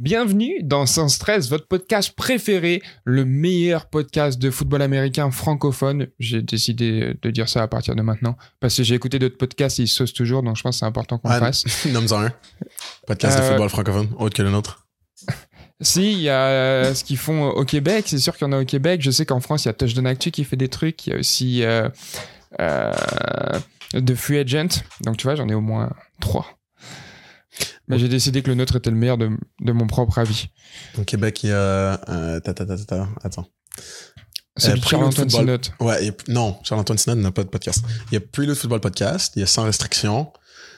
Bienvenue dans Sans Stress, votre podcast préféré, le meilleur podcast de football américain francophone. J'ai décidé de dire ça à partir de maintenant, parce que j'ai écouté d'autres podcasts et ils saucent toujours, donc je pense que c'est important qu'on le fasse. Nomme-en un. Podcast de football francophone, autre que le nôtre. Si, il y a ce qu'ils font au Québec, c'est sûr qu'il y en a au Québec. Je sais qu'en France, il y a Touchdown Actu qui fait des trucs, il y a aussi The Free Agent, donc tu vois, j'en ai au moins 3. Mais j'ai décidé que le nôtre était le meilleur de mon propre avis. Au Québec, il y a... Attends. Celui de Charles-Antoine Sinotte. Ouais, non, Charles-Antoine Sinotte n'a pas de podcast. Il y a Prelude Football Podcast, il y a Sans Restriction.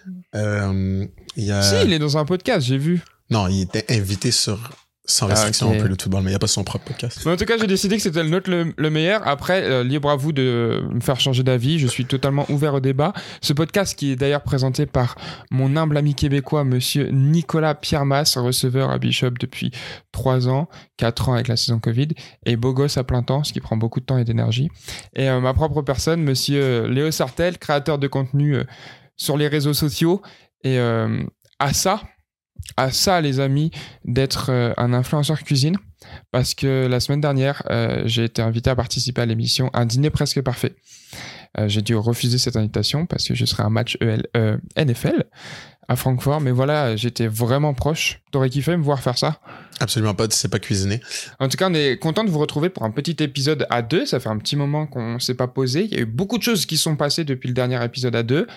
Il y a... Si, il est dans un podcast, j'ai vu. Non, il était invité sur Sans Restriction au Prelude Football, mais il n'y a pas son propre podcast. Mais en tout cas, j'ai décidé que c'était le nôtre le meilleur. Après, libre à vous de me faire changer d'avis. Je suis totalement ouvert au débat. Ce podcast qui est d'ailleurs présenté par mon humble ami québécois, monsieur Nicolas Piermas, receveur à Bishop depuis 3 ans, 4 ans avec la saison Covid, et beau gosse à plein temps, ce qui prend beaucoup de temps et d'énergie. Et ma propre personne, monsieur Léo Sartel, créateur de contenu sur les réseaux sociaux. Et à ça, les amis, d'être un influenceur cuisine, parce que la semaine dernière, j'ai été invité à participer à l'émission Un dîner presque parfait. J'ai dû refuser cette invitation parce que je serai à un match NFL à Francfort, mais voilà, j'étais vraiment proche. T'aurais kiffé me voir faire ça? Absolument pas, tu sais pas cuisiner. En tout cas, on est content de vous retrouver pour un petit épisode à 2. Ça fait un petit moment qu'on s'est pas posé. Il y a eu beaucoup de choses qui sont passées depuis le dernier épisode à 2.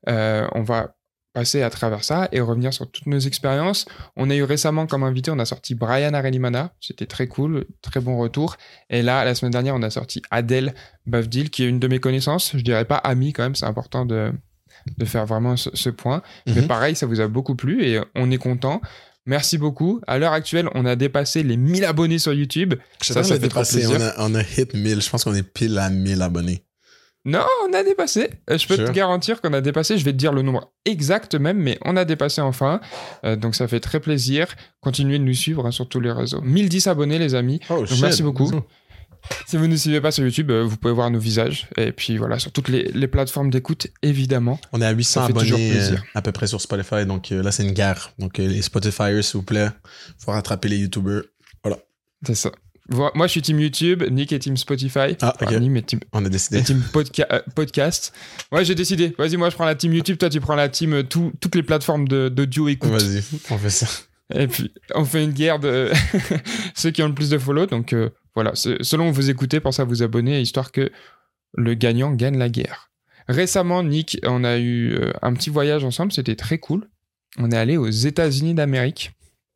On va passer à travers ça et revenir sur toutes nos expériences. On a eu récemment comme invité, on a sorti Brian Arelimana, c'était très cool, très bon retour. Et là, la semaine dernière, on a sorti Adèle Bavdil, qui est une de mes connaissances, je dirais pas amie quand même, c'est important de faire vraiment ce point. Mais pareil, ça vous a beaucoup plu et on est content. Merci beaucoup. À l'heure actuelle, on a dépassé les 1000 abonnés sur YouTube. Ça fait trop plaisir. On a hit 1000, je pense qu'on est pile à 1000 abonnés. Non, on a dépassé. Je peux te garantir qu'on a dépassé. Je vais te dire le nombre exact même, mais on a dépassé enfin. Donc ça fait très plaisir. Continuez de nous suivre sur tous les réseaux. 1010 abonnés, les amis. Donc merci beaucoup. Si vous ne nous suivez pas sur YouTube, vous pouvez voir nos visages. Et puis voilà, sur toutes les plateformes d'écoute, évidemment. On est à 800 abonnés à peu près sur Spotify. Donc là, c'est une guerre. Donc les Spotifyers, s'il vous plaît, faut rattraper les YouTubers. Voilà. C'est ça. Moi, je suis team YouTube, Nick est team Spotify. Ah, ok. On a décidé. Team podcast. Ouais, j'ai décidé. Vas-y, moi, je prends la team YouTube, toi, tu prends la team toutes les plateformes d'audio écoute. Vas-y, on fait ça. Et puis, on fait une guerre de ceux qui ont le plus de follow. Donc, voilà. Selon vous écoutez, pensez à vous abonner, histoire que le gagnant gagne la guerre. Récemment, Nick, on a eu un petit voyage ensemble. C'était très cool. On est allé aux États-Unis d'Amérique.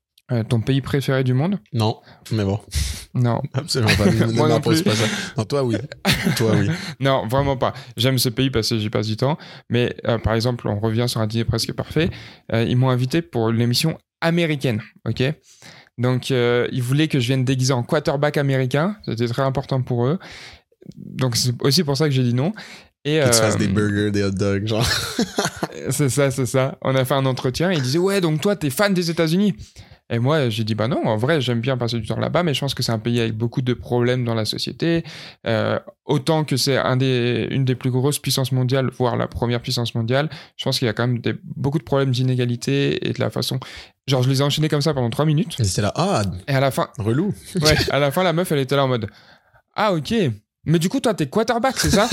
Ton pays préféré du monde? Non, mais bon. Non. Absolument pas. Moi non plus. Pas ça. Non, toi, oui. Toi, oui. Non, vraiment pas. J'aime ce pays parce que j'y passe du temps. Mais par exemple, on revient sur Un dîner presque parfait. Ils m'ont invité pour l'émission américaine. OK? Donc, ils voulaient que je vienne déguisé en quarterback américain. C'était très important pour eux. Donc, c'est aussi pour ça que j'ai dit non. Et que tu fasses des burgers, des hot dogs, genre. C'est ça. On a fait un entretien et ils disaient « Ouais, donc toi, t'es fan des États-Unis ?» Et moi, j'ai dit, bah non, en vrai, j'aime bien passer du temps là-bas, mais je pense que c'est un pays avec beaucoup de problèmes dans la société. Autant que c'est une des plus grosses puissances mondiales, voire la première puissance mondiale, je pense qu'il y a quand même beaucoup de problèmes d'inégalité et de la façon... Genre, je les ai enchaînés comme ça pendant 3 minutes. Et c'était là, et à la fin... relou. Ouais, à la fin, la meuf, elle était là en mode, ah, ok. Mais du coup, toi, t'es quarterback, c'est ça?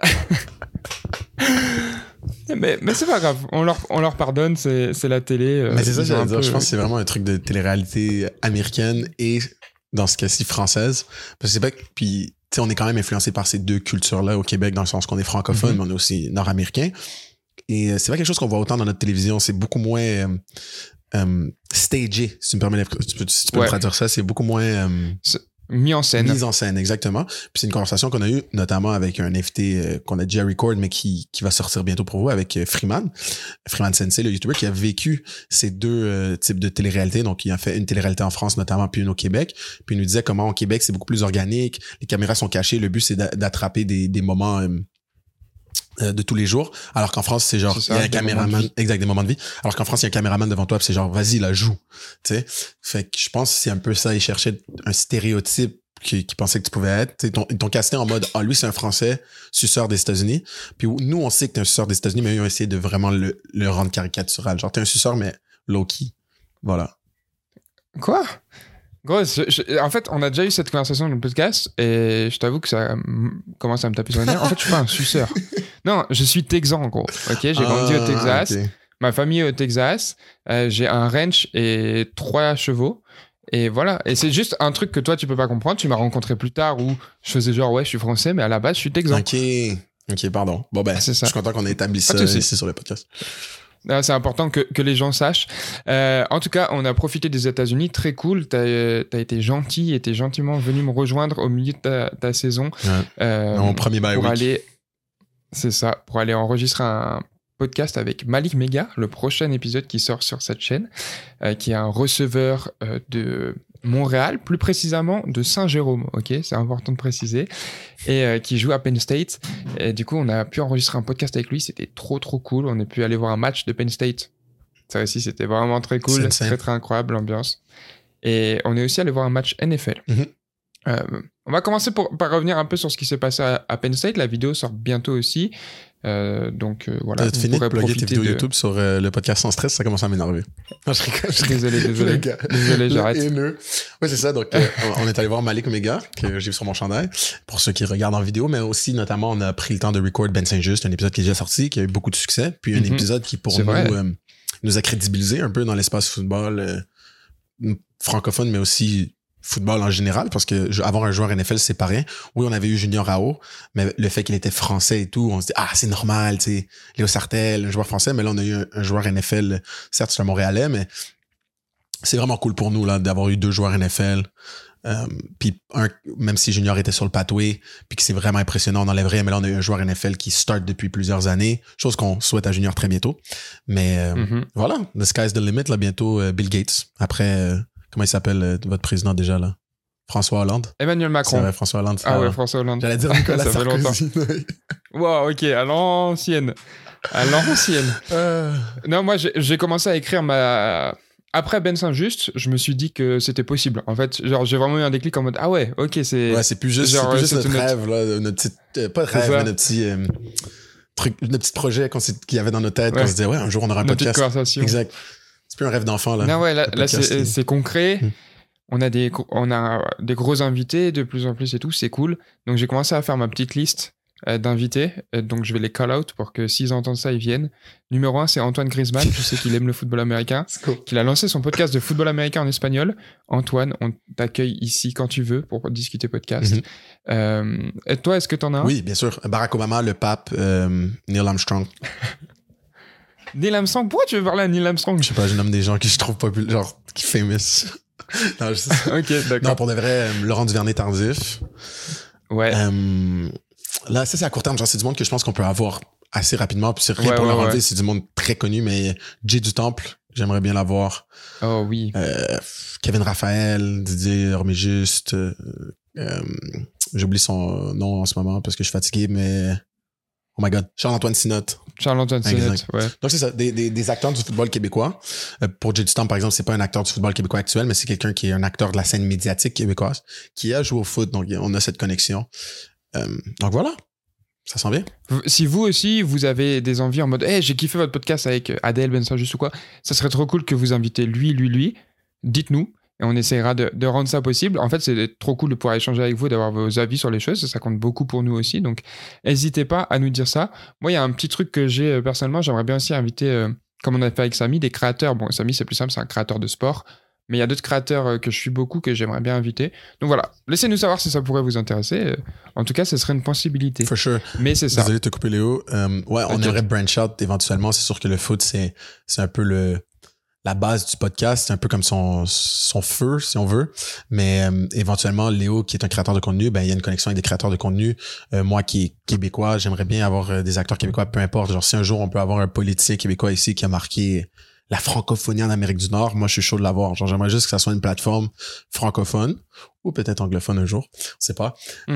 Mais c'est pas grave, on leur pardonne, c'est la télé. Mais c'est ça, j'allais dire, je pense que c'est vraiment un truc de télé-réalité américaine et, dans ce cas-ci, française. Parce que c'est pas que, puis, tu sais, on est quand même influencé par ces deux cultures-là au Québec, dans le sens qu'on est francophone, mais on est aussi nord-américain. Et c'est pas quelque chose qu'on voit autant dans notre télévision, c'est beaucoup moins stagé, si tu me permets, si tu peux me traduire ça, c'est beaucoup moins... Mis en scène. Mise en scène, exactement. Puis c'est une conversation qu'on a eue, notamment avec un invité qu'on a déjà record, mais qui va sortir bientôt pour vous, avec Freeman Sensei, le YouTuber, qui a vécu ces deux types de télé-réalité. Donc, il a fait une télé-réalité en France, notamment, puis une au Québec. Puis il nous disait comment au Québec, c'est beaucoup plus organique, les caméras sont cachées, le but, c'est d'attraper des moments... de tous les jours, alors qu'en France c'est genre il y a un caméraman, des moments de vie, alors qu'en France il y a un caméraman devant toi puis c'est genre vas-y là joue, tu sais. Fait que je pense que c'est un peu ça, ils cherchaient un stéréotype qui pensait que tu pouvais être. Ils t'ont casté en mode lui c'est un Français suceur des États-Unis, puis nous on sait que t'es un suceur des États-Unis, mais eux ils ont essayé de vraiment le rendre caricatural, genre t'es un suceur mais low-key, voilà. Quoi? Gros, en fait, on a déjà eu cette conversation dans le podcast et je t'avoue que ça commence à me taper sur les nerfs. En fait, je suis pas un suceur. Non, je suis texan, gros. Ok, j'ai grandi au Texas. Ok. Ma famille est au Texas. J'ai un ranch et 3 chevaux. Et voilà. Et c'est juste un truc que toi, tu peux pas comprendre. Tu m'as rencontré plus tard où je faisais genre, ouais, je suis français, mais à la base, je suis texan. Ok, pardon. Bon, ben, C'est je ça. suis content qu'on ait établi ça ici sur le podcast. C'est important que les gens sachent. En tout cas, on a profité des États-Unis, très cool. T'as été gentil et t'es gentiment venu me rejoindre au milieu de ta saison. Ouais. Mon premier bye week. C'est ça, pour aller enregistrer un podcast avec Malik Mega, le prochain épisode qui sort sur cette chaîne, qui est un receveur de Montréal, plus précisément de Saint-Jérôme, ok, c'est important de préciser, et qui joue à Penn State. Et du coup, on a pu enregistrer un podcast avec lui, c'était trop cool. On a pu aller voir un match de Penn State. Ça aussi, c'était vraiment très cool, très incroyable l'ambiance. Et on est aussi allé voir un match NFL. On va commencer par revenir un peu sur ce qui s'est passé à Penn State. La vidéo sort bientôt aussi. Donc voilà. Tu fini de plugger tes vidéos YouTube sur le podcast Sans Stress, ça commence à m'énerver. Non, je rigole. Désolé, j'arrête. Ouais, c'est ça. Donc, on est allé voir Malik Omega, que j'ai vu sur mon chandail, pour ceux qui regardent en vidéo, mais aussi, notamment, on a pris le temps de record Ben Saint-Just, un épisode qui est déjà sorti, qui a eu beaucoup de succès, puis un épisode qui, pour nous a crédibilisé un peu dans l'espace football francophone, mais aussi football en général, parce que avoir un joueur NFL, c'est pareil. Oui, on avait eu Junior Rao, mais le fait qu'il était français et tout, on se dit, c'est normal, tu sais, Léo Sartel, un joueur français, mais là, on a eu un joueur NFL, certes, c'est un Montréalais, mais c'est vraiment cool pour nous, là, d'avoir eu 2 joueurs NFL. Puis même si Junior était sur le pathway, puis que c'est vraiment impressionnant, on enlèverait, mais là, on a eu un joueur NFL qui start depuis plusieurs années, chose qu'on souhaite à Junior très bientôt. Mais voilà, the sky's the limit, là, bientôt, Bill Gates. Après, comment il s'appelle, votre président déjà, là? François Hollande. Emmanuel Macron. C'est vrai, François Hollande. Ah ouais, François Hollande. J'allais dire Nicolas ça Sarkozy. Fait longtemps. Wow, ok, à l'ancienne. Non, moi, j'ai commencé à écrire Après Ben Saint-Just, je me suis dit que c'était possible. En fait, genre, j'ai vraiment eu un déclic en mode, ah ouais, ok, c'est... Ouais, c'est plus juste notre rêve, là, notre petite... pas de rêve, mais notre petit... notre petit projet qu'il y avait dans nos têtes, qu'on se disait, ouais, un jour, on aura un podcast. Notre petite conversation. Exact. C'est plus un rêve d'enfant, là. Non, ouais, là c'est concret. On a des gros invités de plus en plus et tout, c'est cool. Donc, j'ai commencé à faire ma petite liste d'invités. Donc, je vais les call out pour que s'ils entendent ça, ils viennent. Numéro 1, c'est Antoine Griezmann. Je sais qu'il aime le football américain. Qu'il a lancé son podcast de football américain en espagnol. Antoine, on t'accueille ici quand tu veux pour discuter podcast. Et toi, est-ce que t'en as un? Oui, bien sûr. Barack Obama, le pape, Neil Armstrong. Neil Armstrong? Pourquoi tu veux parler à Neil Armstrong? Je sais pas, je nomme des gens qui je trouve populaires, genre, qui famous. Non, ok, d'accord. Non, pour de vrai, Laurent Duvernay-Tardif. Ouais. Là, ça, c'est à court terme. Genre, c'est du monde que je pense qu'on peut avoir assez rapidement. Puis c'est rien pour leur enlever. C'est du monde très connu, mais Jay du Temple, j'aimerais bien l'avoir. Oh oui. Kevin Raphaël, Didier Orméjuste. J'oublie son nom en ce moment parce que je suis fatigué, mais... Oh my God. Charles-Antoine Sinotte. Charles-Antoine Sinotte, ouais. Donc, c'est ça. Des acteurs du football québécois. Pour Jay du Temple, par exemple, c'est pas un acteur du football québécois actuel, mais c'est quelqu'un qui est un acteur de la scène médiatique québécoise, qui a joué au foot. Donc, on a cette connexion. Donc voilà, ça sent bien. Si vous aussi, vous avez des envies en mode hey, j'ai kiffé votre podcast avec Adèle, Ben Saint-Just ou quoi, ça serait trop cool que vous invitez lui, dites-nous et on essaiera de rendre ça possible. En fait, c'est trop cool de pouvoir échanger avec vous, d'avoir vos avis sur les choses, ça compte beaucoup pour nous aussi, donc n'hésitez pas à nous dire ça. Moi, il y a un petit truc que j'ai personnellement, j'aimerais bien aussi inviter, comme on a fait avec Samy, des créateurs. Bon, Samy, c'est plus simple, c'est un créateur de sport. Mais il y a d'autres créateurs que je suis beaucoup, que j'aimerais bien inviter. Donc voilà, laissez-nous savoir si ça pourrait vous intéresser. En tout cas, ce serait une possibilité. For sure. Mais c'est ça. Désolé de te couper, Léo. Ouais, on aimerait branch out éventuellement. C'est sûr que le foot, c'est un peu la base du podcast. C'est un peu comme son feu, si on veut. Mais éventuellement, Léo, qui est un créateur de contenu, ben il y a une connexion avec des créateurs de contenu. Moi, qui est québécois, j'aimerais bien avoir des acteurs québécois, peu importe. Genre, si un jour, on peut avoir un politicien québécois ici qui a marqué... la francophonie en Amérique du Nord, moi, je suis chaud de l'avoir. Genre, j'aimerais juste que ça soit une plateforme francophone, ou peut-être anglophone un jour, on sait pas,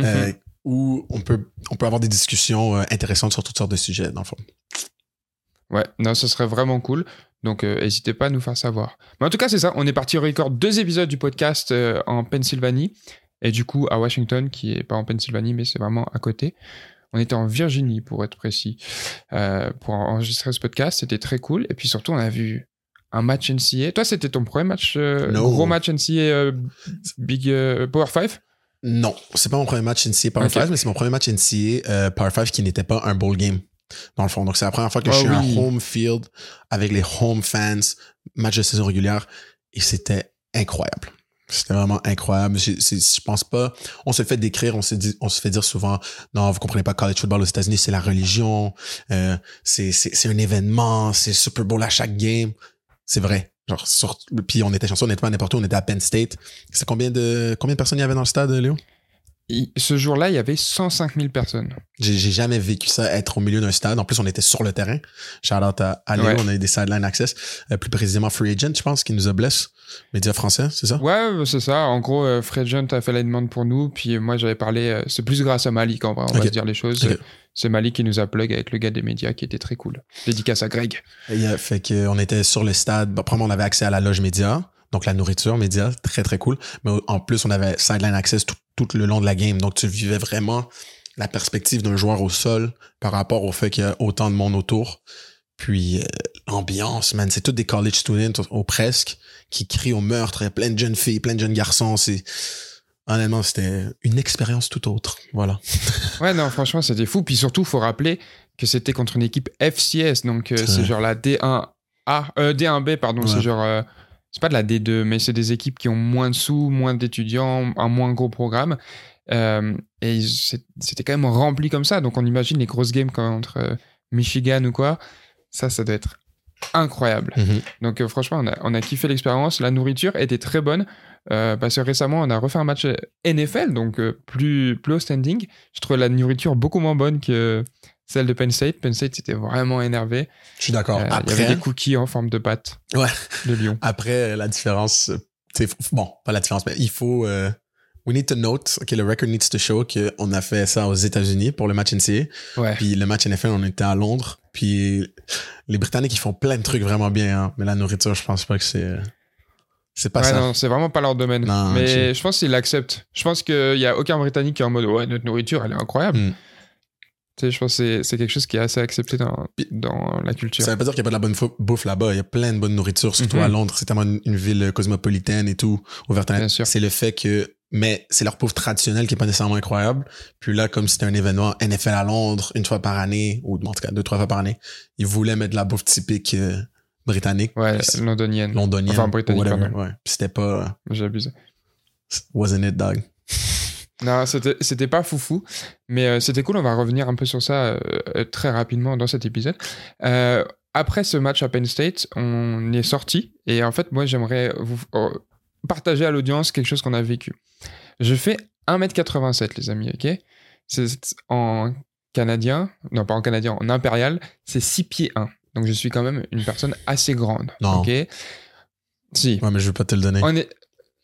où on peut avoir des discussions intéressantes sur toutes sortes de sujets, dans le fond. Ouais, non, ce serait vraiment cool. Donc, n'hésitez pas à nous faire savoir. Mais en tout cas, c'est ça. On est parti record 2 épisodes du podcast en Pennsylvanie, et du coup, à Washington, qui est pas en Pennsylvanie, mais c'est vraiment à côté. On était en Virginie, pour être précis, pour enregistrer ce podcast. C'était très cool. Et puis surtout, on a vu un match NCAA. Toi, c'était ton premier match, No. gros match NCAA Big Power 5? Non, c'est pas mon premier match NCAA Power 5, mais c'est mon premier match NCAA Power 5 qui n'était pas un bowl game, dans le fond. Donc, c'est la première fois que je suis un home field avec les home fans, match de saison régulière, et c'était incroyable. C'était vraiment incroyable. Je pense pas. On se fait décrire, on se fait dire souvent, non, vous comprenez pas, college football aux États-Unis, c'est la religion, c'est un événement, c'est Super Bowl à chaque game. C'est vrai. Genre, puis on était chanceux, on n'était pas n'importe où, on était à Penn State. C'est combien de personnes il y avait dans le stade, Léo? Ce jour-là, il y avait 105 000 personnes. J'ai jamais vécu ça, être au milieu d'un stade. En plus, on était sur le terrain. Shout out à Léo, on a eu des sideline access. Plus précisément, Free Agent, je pense, qui nous a blessé. Média français, c'est ça? Ouais, c'est ça. En gros, Free Agent a fait la demande pour nous. Puis moi, j'avais parlé. C'est plus grâce à Malik, en vrai. On va se dire les choses. Okay. C'est Malik qui nous a plug avec le gars des médias qui était très cool. Dédicace à Greg. Fait qu'on était sur le stade. Premièrement, on avait accès à la loge média. Donc, la nourriture média, très, très cool. Mais en plus, on avait sideline access tout le long de la game. Donc, tu vivais vraiment la perspective d'un joueur au sol par rapport au fait qu'il y a autant de monde autour. Puis, l'ambiance, man, c'est tous des college students ou presque qui crient au meurtre. Plein de jeunes filles, plein de jeunes garçons. Honnêtement, c'était une expérience tout autre. Voilà. Ouais, non, franchement, c'était fou. Puis surtout, il faut rappeler que c'était contre une équipe FCS. Donc, c'est genre la D1B, pardon. Ouais. C'est genre... c'est pas de la D2, mais c'est des équipes qui ont moins de sous, moins d'étudiants, un moins gros programme. Et c'était quand même rempli comme ça. Donc, on imagine les grosses games contre Michigan ou quoi. Ça doit être incroyable. Donc, franchement, on a kiffé l'expérience. La nourriture était très bonne. Parce que récemment, on a refait un match NFL, donc plus haut standing. Je trouve la nourriture beaucoup moins bonne que celle de Penn State. Penn State, c'était vraiment énervé. Je suis d'accord. Après, il y avait des cookies en forme de pâte de lion. Après, la différence, bon, pas la différence, mais il faut... we need to note, le record needs to show qu'on a fait ça aux États-Unis pour le match NCAA. Ouais. Puis le match NFL, on était à Londres. Puis les Britanniques, ils font plein de trucs vraiment bien. Hein, mais la nourriture, je pense pas que c'est pas ça. Non, c'est vraiment pas leur domaine. Non, mais je pense qu'ils l'acceptent. Je pense qu'il y a aucun Britannique qui est en mode ouais, notre nourriture, elle est incroyable. Tu sais, je pense que c'est quelque chose qui est assez accepté dans la culture. Ça veut pas dire qu'il n'y a pas de la bonne bouffe là-bas. Il y a plein de bonne nourriture, surtout à Londres. C'est tellement une ville cosmopolitaine et tout, ouverte à net. C'est le fait que... Mais c'est leur bouffe traditionnelle qui est pas nécessairement incroyable. Puis là, comme c'était un événement NFL à Londres, une fois par année, ou en tout cas 2-3 fois par année, ils voulaient mettre de la bouffe typique britannique. Ouais, londonienne. Enfin, britannique, pardon. Ouais. Puis c'était pas... J'ai abusé. Wasn't it, dog? Non, c'était pas foufou, mais c'était cool. On va revenir un peu sur ça très rapidement dans cet épisode. Après ce match à Penn State, on est sorti. Et en fait, moi, j'aimerais vous partager à l'audience quelque chose qu'on a vécu. Je fais 1m87, les amis, ok? C'est en canadien, non pas en canadien, en impérial, c'est 6 pieds 1. Donc je suis quand même une personne assez grande. Non. Ok? Si. Ouais, mais je vais pas te le donner. On est...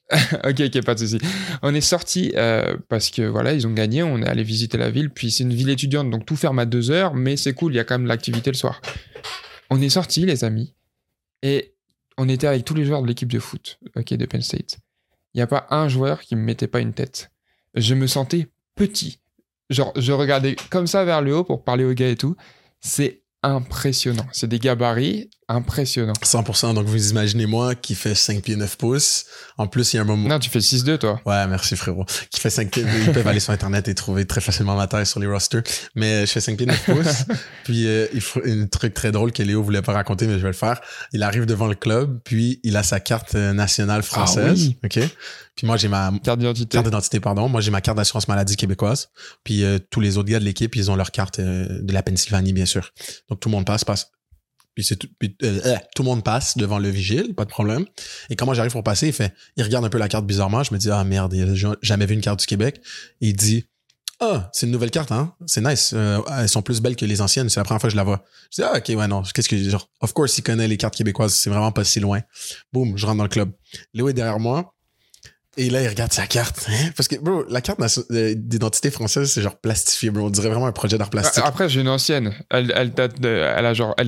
ok, pas de souci. On est sorti parce que voilà, ils ont gagné. On est allé visiter la ville. Puis c'est une ville étudiante, donc tout ferme à 2h, mais c'est cool. Il y a quand même l'activité le soir. On est sortis, les amis, et on était avec tous les joueurs de l'équipe de foot, ok, de Penn State. Il y a pas un joueur qui me mettait pas une tête. Je me sentais petit. Genre, je regardais comme ça vers le haut pour parler aux gars et tout. C'est impressionnant. C'est des gabarits impressionnants. 100%. Donc, vous imaginez moi qui fait 5 pieds 9 pouces. En plus, il y a un moment... Non, tu fais 6'2", toi. Ouais, merci, frérot. Qui fait 5 pieds... Ils peuvent aller sur Internet et trouver très facilement ma taille sur les rosters. Mais je fais 5 pieds 9 pouces. Puis, il faut un truc très drôle que Léo voulait pas raconter, mais je vais le faire. Il arrive devant le club, puis il a sa carte nationale française. Ah oui. OK? Puis moi, j'ai ma... Carte d'identité, pardon. Moi, j'ai ma carte d'assurance maladie québécoise. Puis tous les autres gars de l'équipe, ils ont leur carte de la Pennsylvanie, bien sûr. Donc, tout le monde passe. Puis tout le monde passe devant le vigile, pas de problème. Et quand moi, j'arrive pour passer, il regarde un peu la carte bizarrement. Je me dis, ah merde, il a jamais vu une carte du Québec. Et il dit, ah, c'est une nouvelle carte, hein? C'est nice. Elles sont plus belles que les anciennes. C'est la première fois que je la vois. Je dis, ah, ok, ouais, non. Qu'est-ce que je dis? Genre, of course, il connaît les cartes québécoises. C'est vraiment pas si loin. Boum, je rentre dans le club. Léo est derrière moi. Et là, il regarde sa carte. Hein? Parce que, bro, la carte d'identité française, c'est genre plastifié, bro. On dirait vraiment un projet d'art plastique. Après, j'ai une ancienne. Elle date de... Elle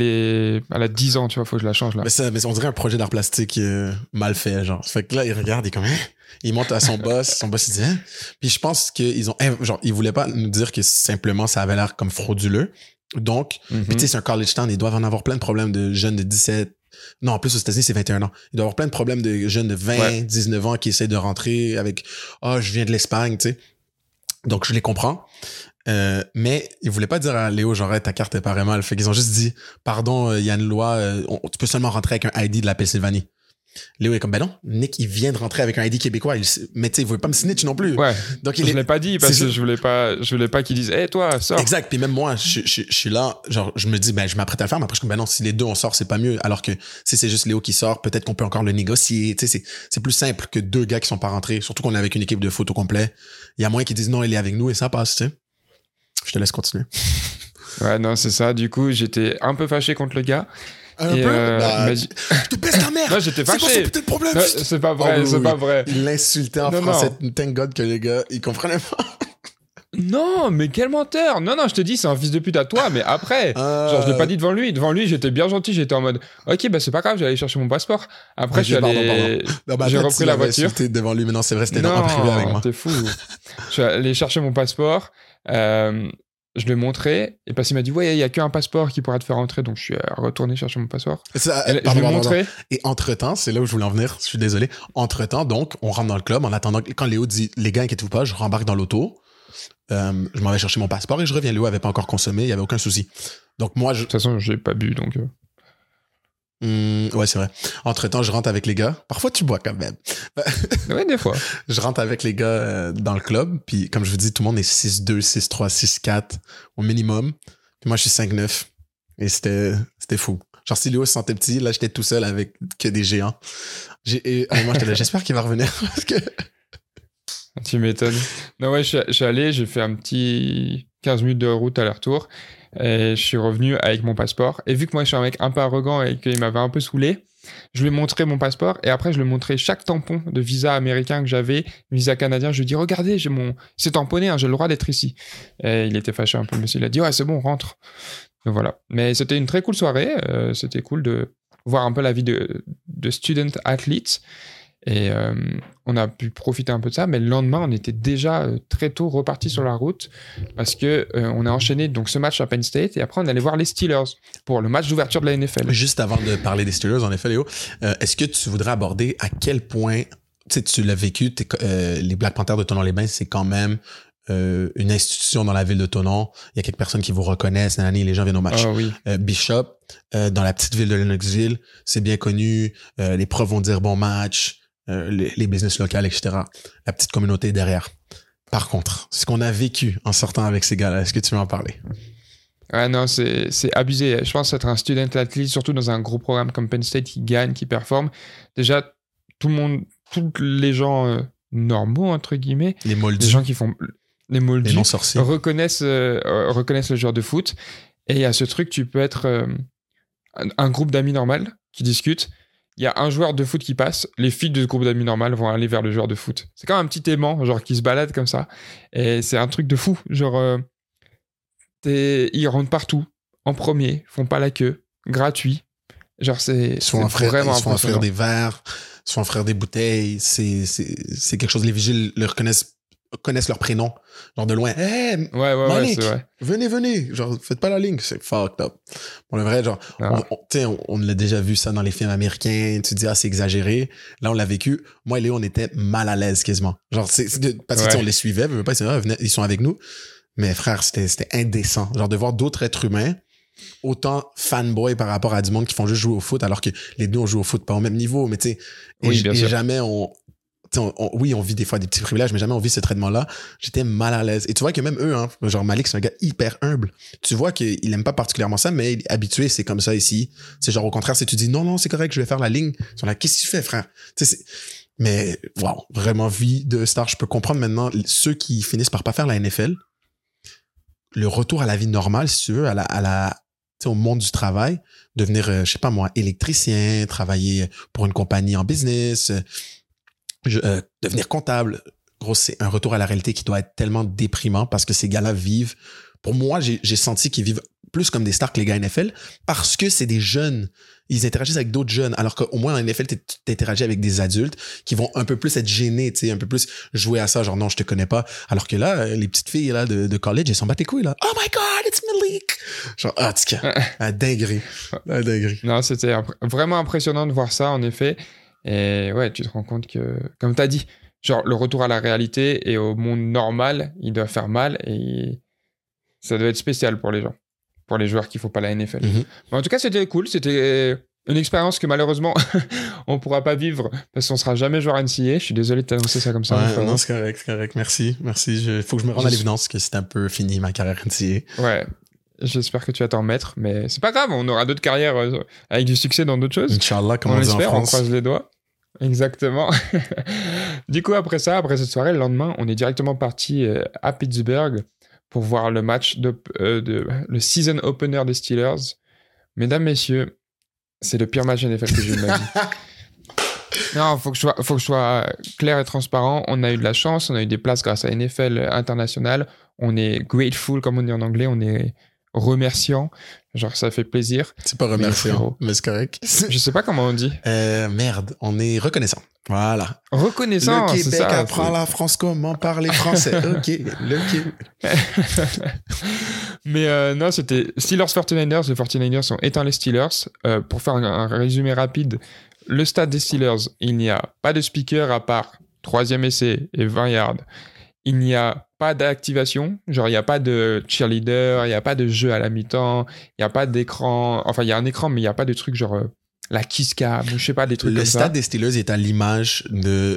a 10 ans, tu vois. Faut que je la change, là. Mais on dirait un projet d'art plastique mal fait, genre. Fait que là, il regarde, il est comme... Hein? Il monte à son boss. Son boss, il dit... Hein? Puis je pense qu'ils ont... Genre, ils voulaient pas nous dire que simplement ça avait l'air comme frauduleux. Donc, puis tu sais, c'est un college town. Ils doivent en avoir plein de problèmes de jeunes de 17... Non, en plus, aux États-Unis, c'est 21 ans. Il doit y avoir plein de problèmes de jeunes de 20, 19 ans qui essayent de rentrer avec « Ah, je viens de l'Espagne », tu sais. Donc, je les comprends. Mais ils voulaient pas dire à Léo, genre, hey, ta carte est pas vraiment mal. Fait qu'ils ont juste dit « Pardon, il y a une loi, tu peux seulement rentrer avec un ID de la Pennsylvanie. » Léo est comme, ben non, Nick, il vient de rentrer avec un ID québécois. Mais tu sais, il voulait pas me snitch non plus. Ouais. Donc, je l'ai pas dit parce que je voulais pas qu'il dise, hey, toi, sors. Exact. Puis même moi, je suis là, genre, je me dis, ben, je m'apprête à le faire, mais après, je suis comme, ben non, si les deux on sort, c'est pas mieux. Alors que si c'est juste Léo qui sort, peut-être qu'on peut encore le négocier. Tu sais, c'est plus simple que deux gars qui sont pas rentrés. Surtout qu'on est avec une équipe de foot au complet. Il y a moyen qu'ils disent non, il est avec nous et ça passe, tu sais. Je te laisse continuer. Ouais, non, c'est ça. Du coup, j'étais un peu fâché contre le gars. Un peu? Bah, je te baisse ta mère! Non, j'étais fâché. C'est quoi son putain de problème? Non, c'est pas vrai, c'est pas vrai. Il l'insultait en français. Thank God que les gars, ils comprenaient pas. Non, mais quel menteur! Non, je te dis, c'est un fils de pute à toi, mais après, genre, je l'ai pas dit devant lui. Devant lui, j'étais bien gentil, j'étais en mode, ok, bah c'est pas grave, j'allais chercher mon passeport. Après, je suis allé. J'ai repris la voiture. Devant lui, mais non, c'est vrai, c'était en privé avec moi. T'es fou. Je suis allé chercher mon passeport. Je lui ai montré, et parce qu'il m'a dit, ouais, il y a qu'un passeport qui pourra te faire rentrer, donc je suis retourné chercher mon passeport. Je lui ai montré. Et entre-temps, c'est là où je voulais en venir, je suis désolé. Entre-temps, donc, on rentre dans le club, en attendant, quand Léo dit, les gars, inquiétez-vous pas, je rembarque dans l'auto, je m'en vais chercher mon passeport et je reviens. Léo avait pas encore consommé, il y avait aucun souci. Donc moi, de toute façon, j'ai pas bu, donc... ouais, c'est vrai. Entre-temps, je rentre avec les gars. Parfois, tu bois quand même. Ouais, des fois. Je rentre avec les gars dans le club. Puis, comme je vous dis, tout le monde est 6'2", 6'3", 6'4", au minimum. Puis moi, je suis 5'9". Et c'était fou. Genre, si Léo se sentait petit, là, j'étais tout seul avec que des géants. Moi, j'étais là, j'espère qu'il va revenir. Parce que... Tu m'étonnes. Non, ouais, je suis allé, j'ai fait un petit 15 minutes de route aller-retour. Et je suis revenu avec mon passeport. Et vu que moi, je suis un mec un peu arrogant et qu'il m'avait un peu saoulé, je lui ai montré mon passeport. Et après, je lui ai montré chaque tampon de visa américain que j'avais, visa canadien. Je lui ai dit, regardez, c'est tamponné, hein, j'ai le droit d'être ici. Et il était fâché un peu, le monsieur. Il a dit, ouais, c'est bon, rentre. Donc, voilà. Mais c'était une très cool soirée. C'était cool de voir un peu la vie de student athlete. Et on a pu profiter un peu de ça, mais le lendemain on était déjà très tôt reparti sur la route parce que on a enchaîné donc ce match à Penn State et après on allait voir les Steelers pour le match d'ouverture de la NFL. Juste avant de parler des Steelers, en effet, Léo, est-ce que tu voudrais aborder à quel point tu l'as vécu, les Black Panthers de Thonon-les-Bains, c'est quand même une institution dans la ville de Thonon. Il y a quelques personnes qui vous reconnaissent, les gens viennent au match. Oh, oui. Bishop, dans la petite ville de Lennoxville, c'est bien connu, les profs vont dire bon match, les business locales, etc. La petite communauté derrière. Par contre, ce qu'on a vécu en sortant avec ces gars-là, est-ce que tu veux en parler? Ouais, non, c'est abusé. Je pense être un student athlete, surtout dans un gros programme comme Penn State qui gagne, qui performe. Déjà, tous les gens normaux, entre guillemets, les moldus, les gens qui font les moldus, les non-sorciers, reconnaissent le joueur de foot. Et il y a ce truc, tu peux être un groupe d'amis normal qui discutent. Il y a un joueur de foot qui passe, les filles de ce groupe d'amis normal vont aller vers le joueur de foot. C'est comme un petit aimant, genre qui se balade comme ça. Et c'est un truc de fou. Genre, ils rentrent partout, en premier, font pas la queue, gratuit. Genre, c'est vraiment impressionnant. Ils se font offrir des verres, ils se font offrir des bouteilles. C'est quelque chose. Les vigiles le connaissent leur prénom, genre de loin. Hey, ouais, c'est vrai. Venez, genre faites pas la ligne, c'est fucked up. Pour le vrai, genre, on l'a déjà vu ça dans les films américains. Tu te dis c'est exagéré. Là, on l'a vécu. Moi et Léo, on était mal à l'aise quasiment. Genre, parce que on les suivait, ils sont avec nous. Mais frère, c'était indécent. Genre de voir d'autres êtres humains autant fanboy par rapport à du monde qui font juste jouer au foot, alors que les deux on joue au foot pas au même niveau, mais tu sais, et jamais on vit des fois des petits privilèges, mais jamais on vit ce traitement-là. J'étais mal à l'aise. Et tu vois que même eux, hein, genre Malik, c'est un gars hyper humble. Tu vois qu'il aime pas particulièrement ça, mais il est habitué, c'est comme ça ici. C'est genre au contraire, si tu dis non, c'est correct, je vais faire la ligne. Ils sont là, qu'est-ce que tu fais, frère? Tu sais, mais wow, vraiment vie de star. Je peux comprendre maintenant ceux qui finissent par pas faire la NFL. Le retour à la vie normale, si tu veux, au monde du travail, devenir, je sais pas moi, électricien, travailler pour une compagnie en business, devenir comptable. Gros, c'est un retour à la réalité qui doit être tellement déprimant parce que ces gars-là vivent. Pour moi, j'ai senti qu'ils vivent plus comme des stars que les gars NFL parce que c'est des jeunes. Ils interagissent avec d'autres jeunes, alors qu'au moins en NFL, t'interagis avec des adultes qui vont un peu plus être gênés, tu sais, un peu plus jouer à ça, genre non, je te connais pas. Alors que là, les petites filles là de college, elles s'en battent les couilles là. Oh my God, it's Malik! Genre, en tout cas, la dinguerie. La dinguerie. Non, c'était vraiment impressionnant de voir ça, en effet. Et ouais, tu te rends compte que, comme t'as dit, genre le retour à la réalité et au monde normal, il doit faire mal et ça doit être spécial pour les gens. Pour les joueurs qui ne font pas la NFL. Mm-hmm. Mais en tout cas, c'était cool. C'était une expérience que malheureusement, on ne pourra pas vivre parce qu'on ne sera jamais joueur NCAA. Je suis désolé de t'annoncer ça comme ça. Ouais, non, c'est correct. Merci. Il faut que je me rende à l'évidence que c'est un peu fini ma carrière NCAA. Ouais. J'espère que tu vas t'en remettre, mais c'est pas grave. On aura d'autres carrières avec du succès dans d'autres choses. Inch'Allah, comme on dit en France. On croise les doigts. Exactement. Du coup, après cette soirée, le lendemain, on est directement parti à Pittsburgh pour voir le match le season opener des Steelers. Mesdames, messieurs, c'est le pire match NFL que j'ai eu de ma vie. Non, faut que je sois clair et transparent. On a eu de la chance, on a eu des places grâce à NFL International. On est grateful, comme on dit en anglais, on est remerciant. Genre, ça fait plaisir. C'est pas remerciant, mais c'est correct. Je sais pas comment on dit. Merde, on est reconnaissant. Voilà. Reconnaissant, le c'est Québec ça. apprend la France comment parler français. OK, le Québec. Mais non, c'était Steelers 49ers. Les 49ers ont éteint les Steelers. Pour faire un résumé rapide, le stade des Steelers, il n'y a pas de speaker à part 3e essai et 20 yards. Il n'y a pas d'activation, genre il n'y a pas de cheerleader, il n'y a pas de jeu à la mi-temps, il n'y a pas d'écran, enfin il y a un écran mais il n'y a pas de truc genre la kiss cam ou je sais pas, des trucs comme ça. Le stade des Steelers est à l'image de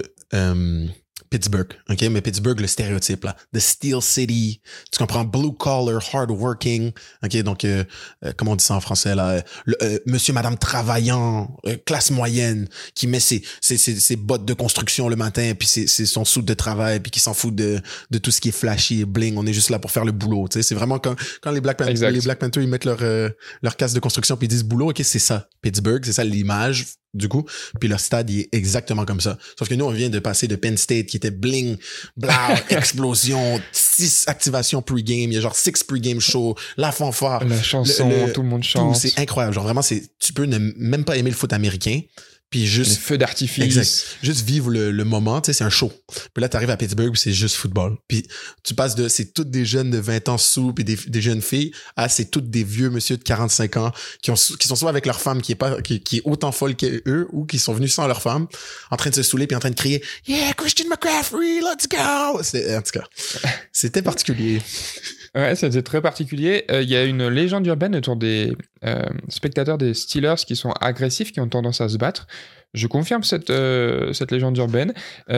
Pittsburgh, ok, mais Pittsburgh, le stéréotype là, the Steel City, tu comprends, blue collar, hard working, ok, donc comment on dit ça en français là, monsieur, madame travaillant, classe moyenne, qui met ses bottes de construction le matin, puis c'est son suit de travail, puis qui s'en fout de tout ce qui est flashy et bling, on est juste là pour faire le boulot, tu sais, c'est vraiment quand les Black Panthers ils mettent leur casque de construction puis ils disent boulot, ok, c'est ça, Pittsburgh, c'est ça l'image. Du coup, puis leur stade, il est exactement comme ça. Sauf que nous, on vient de passer de Penn State, qui était bling, blah, explosion, 6 activations pre-game, il y a genre 6 pre-game show, la fanfare. La chanson, tout le monde chante. C'est incroyable. Genre vraiment, tu peux ne même pas aimer le foot américain, puis juste... Les feux d'artifice. Exact. Juste vivre le moment, tu sais, c'est un show. Puis là, t'arrives à Pittsburgh, puis c'est juste football. Puis tu passes c'est toutes des jeunes de 20 ans sous, puis des jeunes filles, à c'est toutes des vieux monsieur de 45 ans qui sont soit avec leur femme qui est autant folle qu'eux, ou qui sont venus sans leur femme, en train de se saouler puis en train de crier « Yeah, Christian McCaffrey, let's go! » En tout cas, c'était particulier. Ouais, c'était très particulier. Il y a une légende urbaine autour des spectateurs des Steelers qui sont agressifs, qui ont tendance à se battre. Je confirme cette légende urbaine.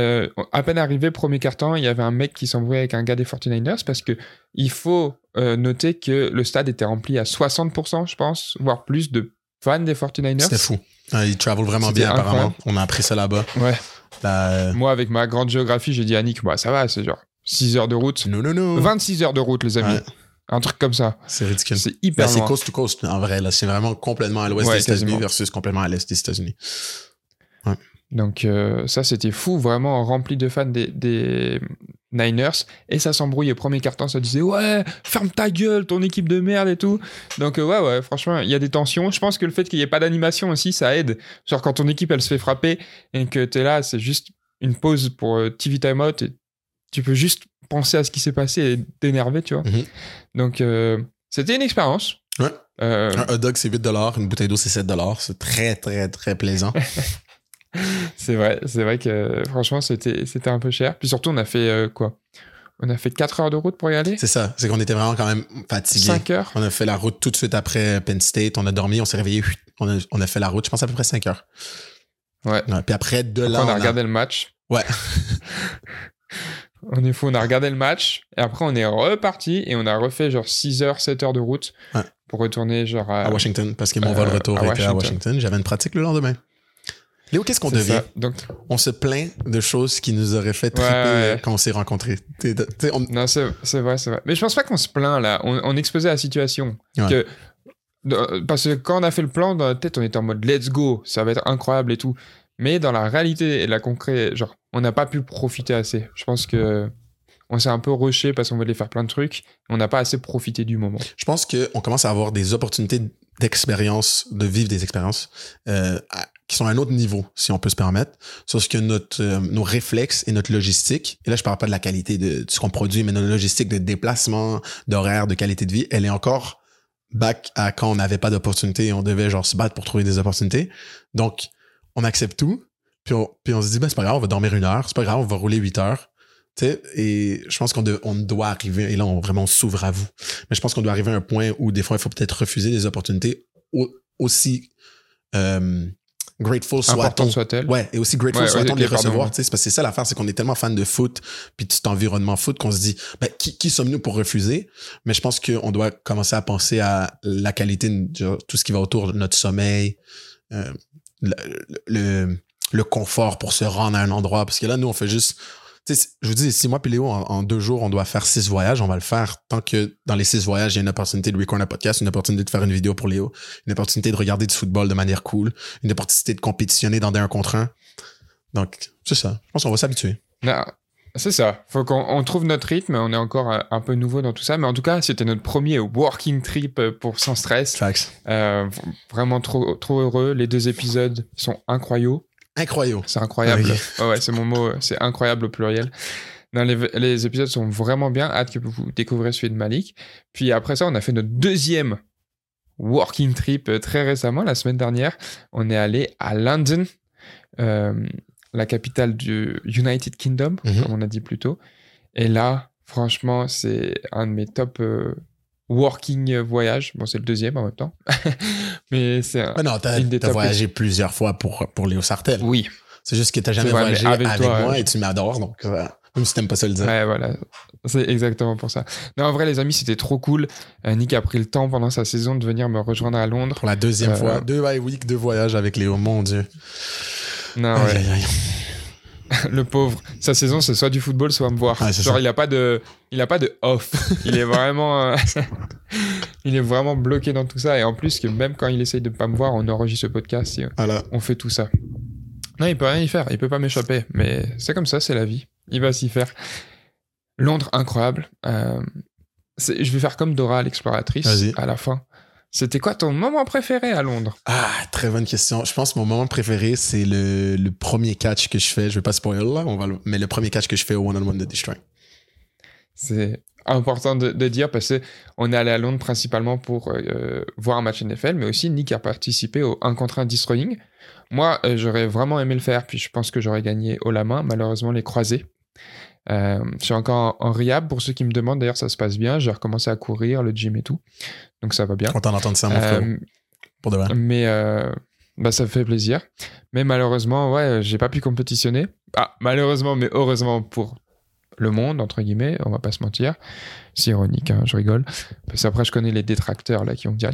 À peine arrivé, premier quart-temps, il y avait un mec qui s'embrouillait avec un gars des 49ers parce que il faut noter que le stade était rempli à 60%, je pense, voire plus de fans des 49ers. C'était fou. Ils travel vraiment bien, incroyable. Apparemment. On a appris ça là-bas. Ouais. Moi, avec ma grande géographie, j'ai dit à Nick, bah, ça va, c'est genre 6 heures de route. Non. 26 heures de route, les amis. Ouais. Un truc comme ça. C'est ridicule. C'est hyper loin. C'est coast to coast, en vrai. Là, c'est vraiment complètement à l'ouest des États-Unis versus complètement à l'est des États-Unis. Ouais. Donc, ça, c'était fou. Vraiment rempli de fans des Niners. Et ça s'embrouille au premier quart-temps. Ça disait, ouais, ferme ta gueule, ton équipe de merde et tout. Donc, ouais, franchement, il y a des tensions. Je pense que le fait qu'il n'y ait pas d'animation aussi, ça aide. Genre, quand ton équipe, elle se fait frapper et que t'es là, c'est juste une pause pour TV timeout et tu peux juste penser à ce qui s'est passé et t'énerver, tu vois. Mm-hmm. Donc, c'était une expérience. Ouais. Un hot dog, c'est 8$. Une bouteille d'eau, c'est 7$. C'est très, très, très plaisant. C'est vrai que franchement, c'était un peu cher. Puis surtout, on a fait quoi ? On a fait 4 heures de route pour y aller. C'est ça. C'est qu'on était vraiment quand même fatigués. 5 heures. On a fait la route tout de suite après Penn State. On a dormi, on s'est réveillé. On a fait la route, je pense, à peu près 5 heures. Ouais. Puis après, là, on a regardé le match. Ouais. On est fou, on a regardé le match. Et après, on est reparti et on a refait genre 6 heures, 7 heures de route pour retourner genre à Washington. Parce que mon vol retour était à Washington. J'avais une pratique le lendemain. Léo, qu'est-ce qu'on devient? Donc, on se plaint de choses qui nous auraient fait triper quand on s'est rencontrés. Non, c'est vrai. Mais je pense pas qu'on se plaint, là. On exposait la situation. Ouais. Parce que quand on a fait le plan, dans la tête, on était en mode « let's go, ça va être incroyable et tout ». Mais dans la réalité et la concret, genre, on n'a pas pu profiter assez. Je pense que on s'est un peu rushé parce qu'on voulait faire plein de trucs. On n'a pas assez profité du moment. Je pense qu'on commence à avoir des opportunités d'expérience, de vivre des expériences qui sont à un autre niveau, si on peut se permettre. Sauf que nos réflexes et notre logistique, et là je parle pas de la qualité de ce qu'on produit, mais notre logistique de déplacement, d'horaire, de qualité de vie, elle est encore back à quand on n'avait pas d'opportunités et on devait genre se battre pour trouver des opportunités. Donc, on accepte tout, puis on se dit, ben c'est pas grave, on va dormir 1 heure, c'est pas grave, on va rouler 8 heures. Tu sais, et je pense qu'on doit arriver, et là on vraiment s'ouvre à vous, mais je pense qu'on doit arriver à un point où des fois il faut peut-être refuser des opportunités aussi grateful soit-elle. Ouais, et aussi grateful soit-on de les recevoir, tu sais, c'est parce que c'est ça l'affaire, c'est qu'on est tellement fan de foot puis de cet environnement foot qu'on se dit ben qui sommes-nous pour refuser? Mais je pense qu'on doit commencer à penser à la qualité de tout ce qui va autour de notre sommeil, le confort pour se rendre à un endroit, parce que là nous on fait juste, je vous dis, si moi puis Léo, en 2 jours, on doit faire 6 voyages, on va le faire tant que dans les 6 voyages, il y a une opportunité de record un podcast, une opportunité de faire une vidéo pour Léo, une opportunité de regarder du football de manière cool, une opportunité de compétitionner dans des 1 contre 1. Donc, c'est ça. Je pense qu'on va s'habituer. Non, c'est ça. Faut qu'on trouve notre rythme. On est encore un peu nouveau dans tout ça. Mais en tout cas, c'était notre premier working trip pour Sans Stress. Facts. Vraiment trop, trop heureux. Les 2 épisodes sont incroyables. Incroyable. C'est incroyable. Oui. Ouais, c'est mon mot. C'est incroyable au pluriel. Non, les épisodes sont vraiment bien. Hâte que vous découvrez celui de Malik. Puis après ça, on a fait notre 2e working trip très récemment, la semaine dernière. On est allé à London, la capitale du United Kingdom, comme on a dit plus tôt. Et là, franchement, c'est un de mes top working voyages. Bon, c'est le 2e en même temps. Mais c'est t'as voyagé plusieurs fois pour Léo Sartell. Oui. C'est juste que t'as jamais voyagé avec toi, moi et tu m'adores, donc même si t'aimes pas ça le dire. Ouais, voilà. C'est exactement pour ça. Non, en vrai, les amis, c'était trop cool. Nick a pris le temps pendant sa saison de venir me rejoindre à Londres. Pour la 2e fois. 2 bye week, 2 voyages avec Léo, mon Dieu. Non, ouais. Le pauvre. Sa saison, c'est soit du football, soit me voir. Ouais, genre, il a pas de off. Il est vraiment, il est vraiment bloqué dans tout ça. Et en plus, que même quand il essaye de pas me voir, on enregistre ce podcast et on fait tout ça. Non, il peut rien y faire. Il peut pas m'échapper. Mais c'est comme ça, c'est la vie. Il va s'y faire. Londres, incroyable. Je vais faire comme Dora l'exploratrice. Vas-y. À la fin. C'était quoi ton moment préféré à Londres? Ah, très bonne question. Je pense que mon moment préféré, c'est le premier catch que je fais. Je vais pas spoiler là, mais le premier catch que je fais au one-on-one de Destroy. C'est important de dire parce qu'on est allé à Londres principalement pour voir un match NFL, mais aussi Nick a participé au 1 contre 1 destroying. Moi, j'aurais vraiment aimé le faire, puis je pense que j'aurais gagné haut la main. Malheureusement, les croisés. Je suis encore en rehab. Pour ceux qui me demandent, d'ailleurs, ça se passe bien. J'ai recommencé à courir, le gym et tout. Donc ça va bien. Content d'entendre ça, mon frère. Pour de vrai. Mais ça me fait plaisir. Mais malheureusement, ouais, j'ai pas pu compétitionner. Ah, malheureusement, mais heureusement pour le monde, entre guillemets, on va pas se mentir. C'est ironique, hein, je rigole. Parce qu'après, je connais les détracteurs là qui vont me dire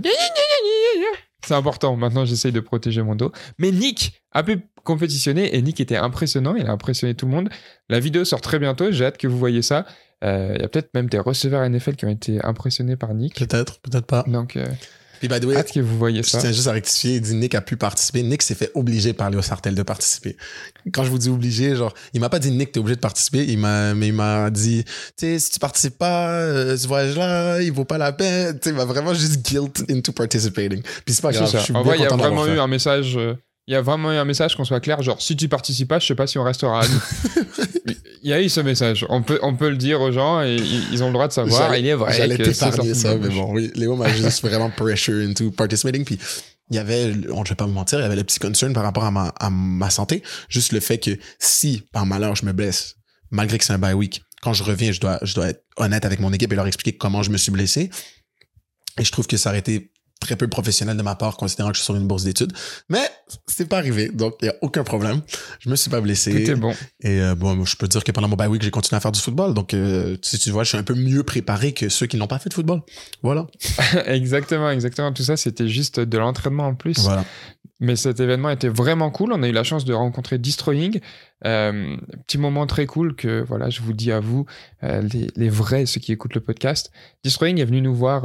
c'est important. Maintenant, j'essaye de protéger mon dos. Mais Nick a pu compétitionner et Nick était impressionnant. Il a impressionné tout le monde. La vidéo sort très bientôt. J'ai hâte que vous voyez ça. Il y a peut-être même des receveurs NFL qui ont été impressionnés par Nick. Peut-être pas. Donc, puis, by the way, hâte que vous voyez ça. Je tiens juste à rectifier. Il dit Nick a pu participer. Nick s'est fait obliger par Léo Sartell de participer. Quand je vous dis obligé, genre, il m'a pas dit Nick, t'es obligé de participer. Mais il m'a dit, tu sais, si tu participes pas, ce voyage-là, il vaut pas la peine. Tu sais, il m'a vraiment juste guilt into participating. Puis c'est pas grave. Je suis bien content d'avoir fait. Il y a vraiment eu un message. Il y a vraiment eu un message, qu'on soit clair, genre si tu participes pas, je sais pas si on restera amis. Il y a eu ce message. On peut le dire aux gens et ils ont le droit de savoir. Il est vrai. J'allais t'épargner ça, mais bon, oui. Léo m'a juste vraiment pressure into participating. Puis il y avait, je vais pas me mentir, il y avait le petit concern par rapport à ma santé. Juste le fait que si, par malheur, je me blesse, malgré que c'est un bye week, quand je reviens, je dois être honnête avec mon équipe et leur expliquer comment je me suis blessé. Et je trouve que ça aurait été très peu professionnel de ma part, considérant que je suis sur une bourse d'études. Mais c'est pas arrivé, donc il n'y a aucun problème. Je me suis pas blessé. Tout est bon. Et je peux dire que pendant mon bye week, j'ai continué à faire du football. Donc, si tu vois, je suis un peu mieux préparé que ceux qui n'ont pas fait de football. Voilà. Exactement. Tout ça, c'était juste de l'entraînement en plus. Voilà. Mais cet événement était vraiment cool. On a eu la chance de rencontrer Destroying. Petit moment très cool que, voilà, je vous dis à vous, les vrais, ceux qui écoutent le podcast. Destroying est venu nous voir...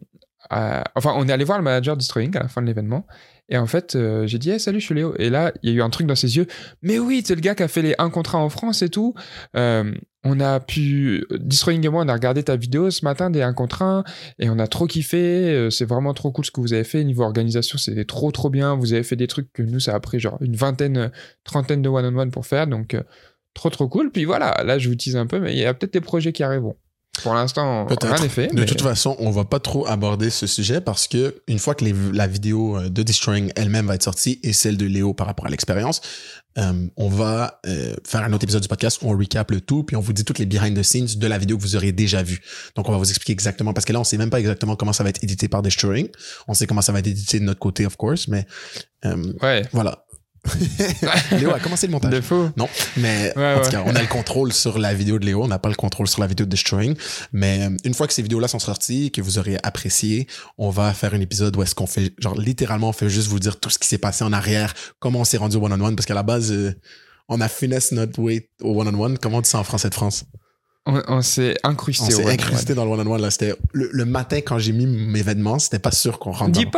on est allé voir le manager Destroying à la fin de l'événement et en fait j'ai dit hey, salut, je suis Léo, et là il y a eu un truc dans ses yeux, mais oui, c'est le gars qui a fait les 1 contre 1 en France et tout. on a pu... Destroying et moi, on a regardé ta vidéo ce matin des 1 contre 1 et on a trop kiffé. C'est vraiment trop cool ce que vous avez fait. Niveau organisation, c'était trop bien. Vous avez fait des trucs que nous, ça a pris genre une vingtaine, trentaine de one-on-one pour faire. Donc, trop cool. Puis voilà, là, je vous tease un peu, mais il y a peut-être des projets qui arriveront. Pour l'instant, rien n'est fait. De toute façon, on va pas trop aborder ce sujet parce que une fois que la vidéo de Destroying elle-même va être sortie et celle de Léo par rapport à l'expérience, on va faire un autre épisode du podcast où on recap le tout puis on vous dit toutes les behind the scenes de la vidéo que vous aurez déjà vue. Donc, on va vous expliquer exactement parce que là, on sait même pas exactement comment ça va être édité par Destroying. On sait comment ça va être édité de notre côté, of course, mais voilà. Léo a commencé le montage. Défaut. Non, mais en tout cas, on a le contrôle sur la vidéo de Léo, on n'a pas le contrôle sur la vidéo de Destroying. Mais une fois que ces vidéos-là sont sorties, que vous aurez apprécié, on va faire un épisode où est-ce qu'on fait, genre littéralement, on fait juste vous dire tout ce qui s'est passé en arrière, comment on s'est rendu au one-on-one, parce qu'à la base, on a finesse notre way au one-on-one. Comment on dit ça en français de France? On s'est incrusté. On s'est incrusté dans le one-on-one, là. C'était le matin quand j'ai mis mes vêtements, c'était pas sûr qu'on rentre Dis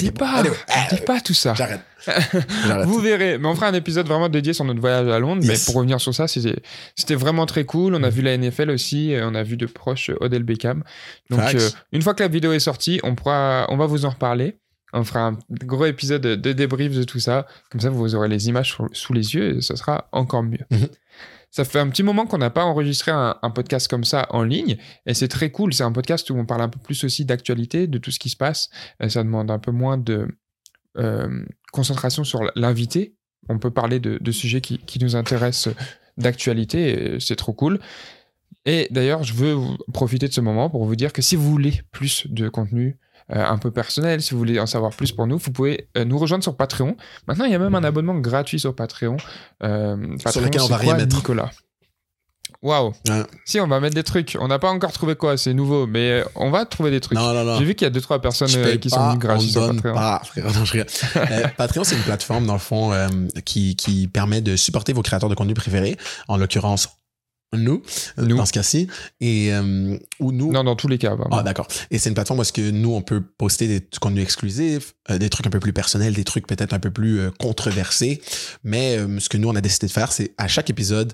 pas tout ça. J'arrête. Vous verrez. Mais on fera un épisode vraiment dédié sur notre voyage à Londres. Yes. Mais pour revenir sur ça, c'était vraiment très cool. On a vu la NFL aussi. On a vu de proche Odell Beckham. Donc, une fois que la vidéo est sortie, on va vous en reparler. On fera un gros épisode de débrief de tout ça. Comme ça, vous aurez les images sous les yeux et ça sera encore mieux. Mm-hmm. Ça fait un petit moment qu'on n'a pas enregistré un podcast comme ça en ligne et c'est très cool. C'est un podcast où on parle un peu plus aussi d'actualité, de tout ce qui se passe. Ça demande un peu moins de concentration sur l'invité. On peut parler de sujets qui nous intéressent d'actualité et c'est trop cool. Et d'ailleurs, je veux profiter de ce moment pour vous dire que si vous voulez plus de contenu un peu personnel, si vous voulez en savoir plus pour nous, vous pouvez nous rejoindre sur Patreon. Maintenant, il y a même un abonnement gratuit sur Patreon. Sur lequel on va rien mettre. Nicolas. Waouh. Ouais. Si, on va mettre des trucs. On n'a pas encore trouvé quoi, c'est nouveau, mais on va trouver des trucs. Non. J'ai vu qu'il y a 2-3 personnes qui sont venues gratuites sur Patreon. Pas, frère. Non, je Patreon, c'est une plateforme, dans le fond, qui permet de supporter vos créateurs de contenu préférés. En l'occurrence, nous, dans ce cas-ci, et où nous... Non, dans tous les cas. Vraiment. Ah, d'accord. Et c'est une plateforme où est-ce que nous, on peut poster du contenu exclusif, des trucs un peu plus personnels, des trucs peut-être un peu plus controversés, mais ce que nous, on a décidé de faire, c'est à chaque épisode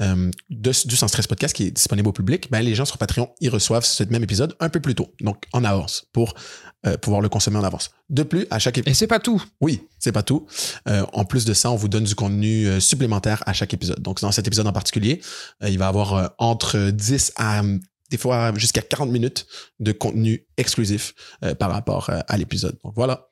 du Sans Stress Podcast qui est disponible au public, ben, les gens sur Patreon, ils reçoivent ce même épisode un peu plus tôt, donc en avance, pour pouvoir le consommer en avance. De plus, à chaque épisode... Et c'est pas tout. Oui, c'est pas tout. En plus de ça, on vous donne du contenu supplémentaire à chaque épisode. Donc, dans cet épisode en particulier, il va y avoir entre 10 à des fois jusqu'à 40 minutes de contenu exclusif par rapport à l'épisode. Donc, voilà.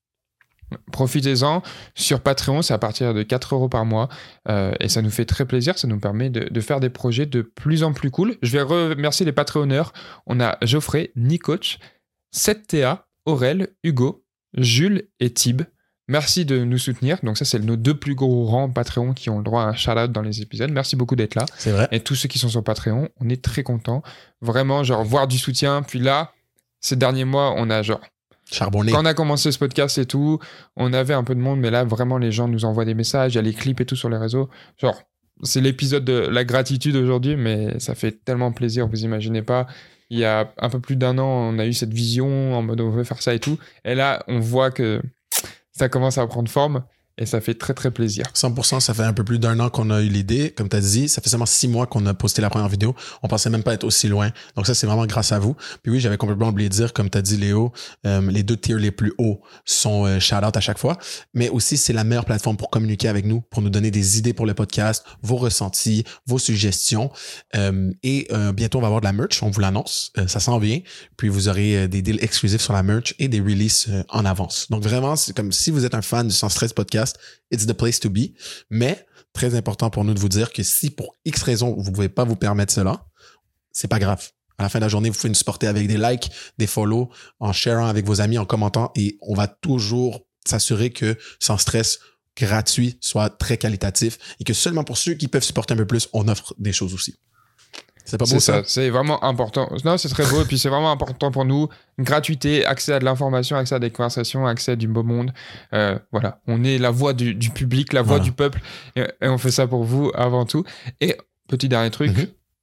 Profitez-en. Sur Patreon, c'est à partir de 4 € par mois et ça nous fait très plaisir. Ça nous permet de faire des projets de plus en plus cool. Je vais remercier les Patreonneurs. On a Geoffrey, Nicoach, 7TA, Aurel, Hugo, Jules et Tib. Merci de nous soutenir. Donc ça, c'est nos 2 plus gros rangs Patreon qui ont le droit à un shout-out dans les épisodes. Merci beaucoup d'être là. C'est vrai. Et tous ceux qui sont sur Patreon, on est très contents. Vraiment, genre, voir du soutien. Puis là, ces derniers mois, on a genre... charbonné. Quand on a commencé ce podcast et tout, on avait un peu de monde, mais là, vraiment, les gens nous envoient des messages. Il y a les clips et tout sur les réseaux. Genre, c'est l'épisode de la gratitude aujourd'hui, mais ça fait tellement plaisir, vous imaginez pas. Il y a un peu plus d'1 an, on a eu cette vision en mode on veut faire ça et tout. Et là, on voit que ça commence à prendre forme et ça fait très, très plaisir. 100%, ça fait un peu plus d'1 an qu'on a eu l'idée. Comme tu as dit, ça fait seulement 6 mois qu'on a posté la première vidéo. On pensait même pas être aussi loin. Donc ça, c'est vraiment grâce à vous. Puis oui, j'avais complètement oublié de dire, comme tu as dit, Léo, les 2 tiers les plus hauts sont shout-out à chaque fois. Mais aussi, c'est la meilleure plateforme pour communiquer avec nous, pour nous donner des idées pour le podcast, vos ressentis, vos suggestions. Et bientôt, on va avoir de la merch. On vous l'annonce. Ça s'en vient. Puis vous aurez des deals exclusifs sur la merch et des releases en avance. Donc vraiment, c'est comme si vous êtes un fan du Sans Stress Podcast, it's the place to be. Mais, très important pour nous de vous dire que si pour X raison, vous ne pouvez pas vous permettre cela, c'est pas grave. À la fin de la journée, vous pouvez nous supporter avec des likes, des follow, en sharant avec vos amis, en commentant et on va toujours s'assurer que Sans Stress gratuit soit très qualitatif et que seulement pour ceux qui peuvent supporter un peu plus, on offre des choses aussi. C'est pas beau, ça? C'est vraiment important. Non, c'est très beau. Et puis, c'est vraiment important pour nous. Gratuité, accès à de l'information, accès à des conversations, accès à du beau monde. Voilà. On est la voix du public, la voix du peuple. Et on fait ça pour vous avant tout. Et petit dernier truc,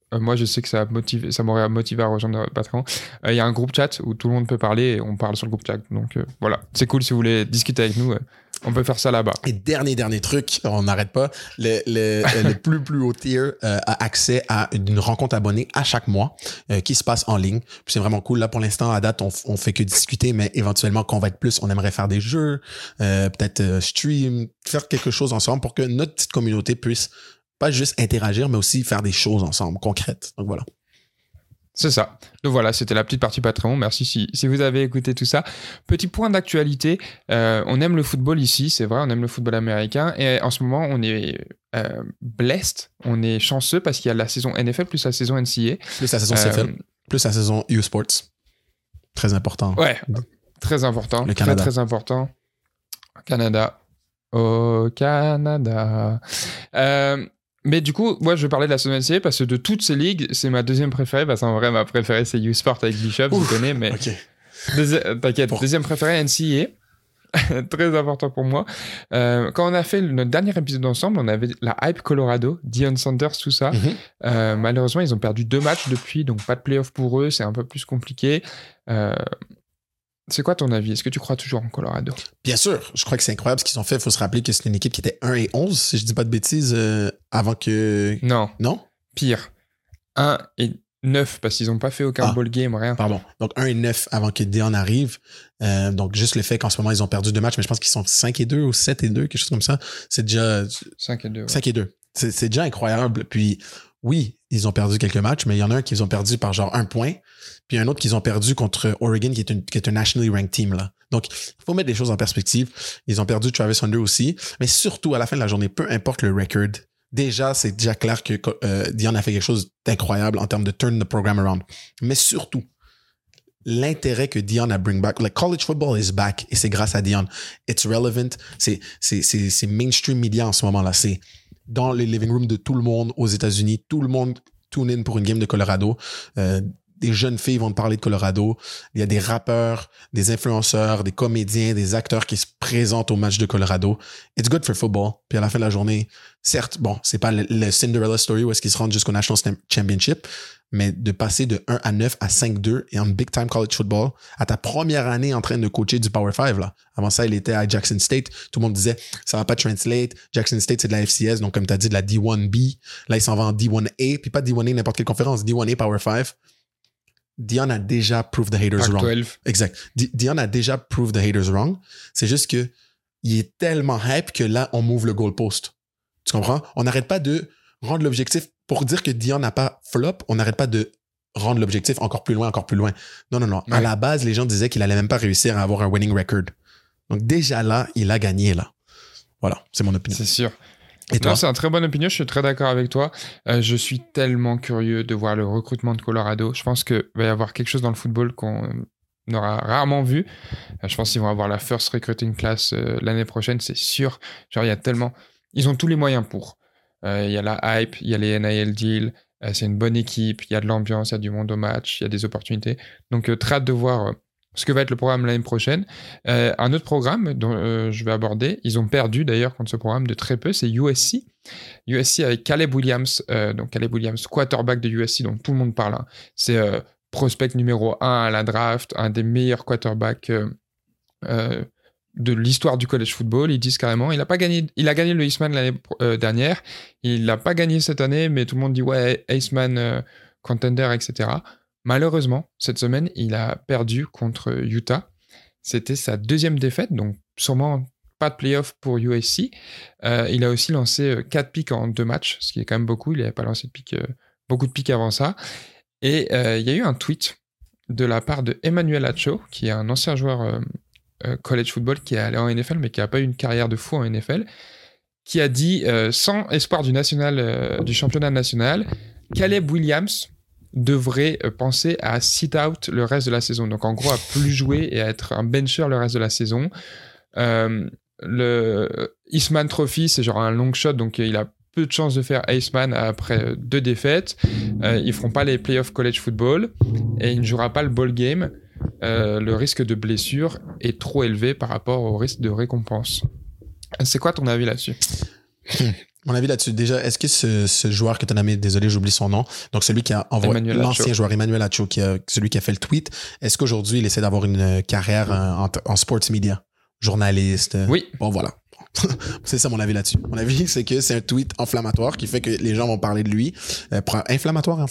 moi, je sais que ça m'aurait motivé à rejoindre Patreon. Il y a un groupe chat où tout le monde peut parler et on parle sur le groupe chat. Donc voilà, c'est cool si vous voulez discuter avec nous. On peut faire ça là-bas. Et dernier truc, on n'arrête pas. Le plus haut tier a accès à une rencontre abonnée à chaque mois qui se passe en ligne. Puis c'est vraiment cool. Là, pour l'instant, à date, on fait que discuter, mais éventuellement, quand on va être plus, on aimerait faire des jeux, peut-être stream, faire quelque chose ensemble pour que notre petite communauté puisse pas juste interagir, mais aussi faire des choses ensemble, concrètes. Donc voilà. C'est ça. Donc voilà, c'était la petite partie Patreon. Merci si vous avez écouté tout ça. Petit point d'actualité. On aime le football ici, c'est vrai, on aime le football américain. Et en ce moment, on est blessed, on est chanceux parce qu'il y a la saison NFL plus la saison NCAA. Plus la saison CFL, plus la saison U Sports. Très important. Ouais, très important. Le Canada. Très important. Canada. Au Canada. Mais du coup, moi, je parlais de la saison NCAA parce que de toutes ces ligues, c'est ma deuxième préférée. Parce qu'en vrai, ma préférée, c'est U-Sport avec Bishop, tu connais, mais... OK. T'inquiète, deuxième préférée, NCAA. Très important pour moi. Quand on a fait notre dernier épisode ensemble, on avait la hype Colorado, Deion Sanders, tout ça. Malheureusement, ils ont perdu 2 matchs depuis, donc pas de playoff pour eux, c'est un peu plus compliqué. C'est quoi ton avis? Est-ce que tu crois toujours en Colorado? Bien sûr, je crois que c'est incroyable ce qu'ils ont fait. Il faut se rappeler que c'était une équipe qui était 1-11, si je dis pas de bêtises, avant que... Non. Non? Pire. 1-9, parce qu'ils n'ont pas fait aucun ball game, rien. Pardon. Donc 1-9 avant que Deion arrive. Donc juste le fait qu'en ce moment, ils ont perdu 2 matchs, mais je pense qu'ils sont 5-2 ou 7-2, quelque chose comme ça. C'est déjà... 5-2. Ouais. 5-2. C'est déjà incroyable. Puis oui, ils ont perdu quelques matchs, mais il y en a un qu'ils ont perdu par genre 1 point, puis un autre qu'ils ont perdu contre Oregon, qui est un nationally ranked team, là. Donc, il faut mettre les choses en perspective. Ils ont perdu Travis Hunter aussi, mais surtout, à la fin de la journée, peu importe le record, déjà, c'est déjà clair que Deion a fait quelque chose d'incroyable en termes de turn the program around. Mais surtout, l'intérêt que Deion a bring back, like college football is back, et c'est grâce à Deion. It's relevant. C'est mainstream media en ce moment-là. C'est dans les living rooms de tout le monde aux États-Unis. Tout le monde tune in pour une game de Colorado. Des jeunes filles vont te parler de Colorado. Il y a des rappeurs, des influenceurs, des comédiens, des acteurs qui se présentent au match de Colorado. It's good for football. Puis à la fin de la journée, certes, bon, c'est pas le Cinderella story où est-ce qu'ils se rendent jusqu'au National Championship, mais de passer de 1-9 à 5-2 et en big time college football à ta première année en train de coacher du Power 5, là. Avant ça, il était à Jackson State. Tout le monde disait, ça va pas translate. Jackson State, c'est de la FCS. Donc, comme tu as dit, de la D1B. Là, il s'en va en D1A. Puis pas D1A n'importe quelle conférence. D1A Power 5. Deion a déjà proved the haters wrong. 12. Exact. Deion a déjà proved the haters wrong. C'est juste que il est tellement hype que là, on move le goalpost. Tu comprends? On n'arrête pas de rendre l'objectif pour dire que Deion n'a pas flop. On n'arrête pas de rendre l'objectif encore plus loin, encore plus loin. Non. Ouais. À la base, les gens disaient qu'il allait même pas réussir à avoir un winning record. Donc déjà là, il a gagné là. Voilà, c'est mon opinion. C'est sûr. Et toi? Non, c'est une très bonne opinion, je suis très d'accord avec toi. Je suis tellement curieux de voir le recrutement de Colorado. Je pense qu'il va y avoir quelque chose dans le football qu'on aura rarement vu. Je pense qu'ils vont avoir la first recruiting class l'année prochaine, c'est sûr. Genre, il y a tellement... Ils ont tous les moyens pour. Il y a la hype, il y a les NIL deals, c'est une bonne équipe, il y a de l'ambiance, il y a du monde au match, il y a des opportunités. Donc, très hâte de voir... ce que va être le programme l'année prochaine. Un autre programme dont je vais aborder, ils ont perdu d'ailleurs contre ce programme de très peu, c'est USC. USC avec Caleb Williams, donc Caleb Williams, quarterback de USC, dont tout le monde parle. Hein. C'est prospect numéro 1 à la draft, un des meilleurs quarterbacks de l'histoire du college football. Ils disent carrément, il a gagné le Heisman l'année dernière, il l'a pas gagné cette année, mais tout le monde dit ouais, Heisman contender, etc. Malheureusement, cette semaine, il a perdu contre Utah. C'était sa 2e défaite, donc sûrement pas de playoff pour USC. Il a aussi lancé 4 picks en 2 matchs, ce qui est quand même beaucoup. Il n'avait pas lancé beaucoup de picks avant ça. Et il y a eu un tweet de la part de Emmanuel Acho, qui est un ancien joueur college football qui est allé en NFL, mais qui n'a pas eu une carrière de fou en NFL, qui a dit, sans espoir du championnat national, Caleb Williams devrait penser à sit out le reste de la saison. Donc en gros, à plus jouer et à être un bencher le reste de la saison. Le Heisman Trophy, c'est genre un long shot, donc il a peu de chances de faire Heisman après 2 défaites. Ils feront pas les playoffs college football et il ne jouera pas le ball game. Le risque de blessure est trop élevé par rapport au risque de récompense. C'est quoi ton avis là-dessus? Mon avis là-dessus, déjà, est-ce que ce joueur que tu as nommé, désolé, j'oublie son nom, donc celui qui a envoyé l'ancien joueur Emmanuel Acho, celui qui a fait le tweet, est-ce qu'aujourd'hui il essaie d'avoir une carrière en sports media, journaliste? Oui. Bon, voilà. C'est ça mon avis là-dessus. Mon avis, c'est que c'est un tweet inflammatoire qui fait que les gens vont parler de lui. Inflammatoire?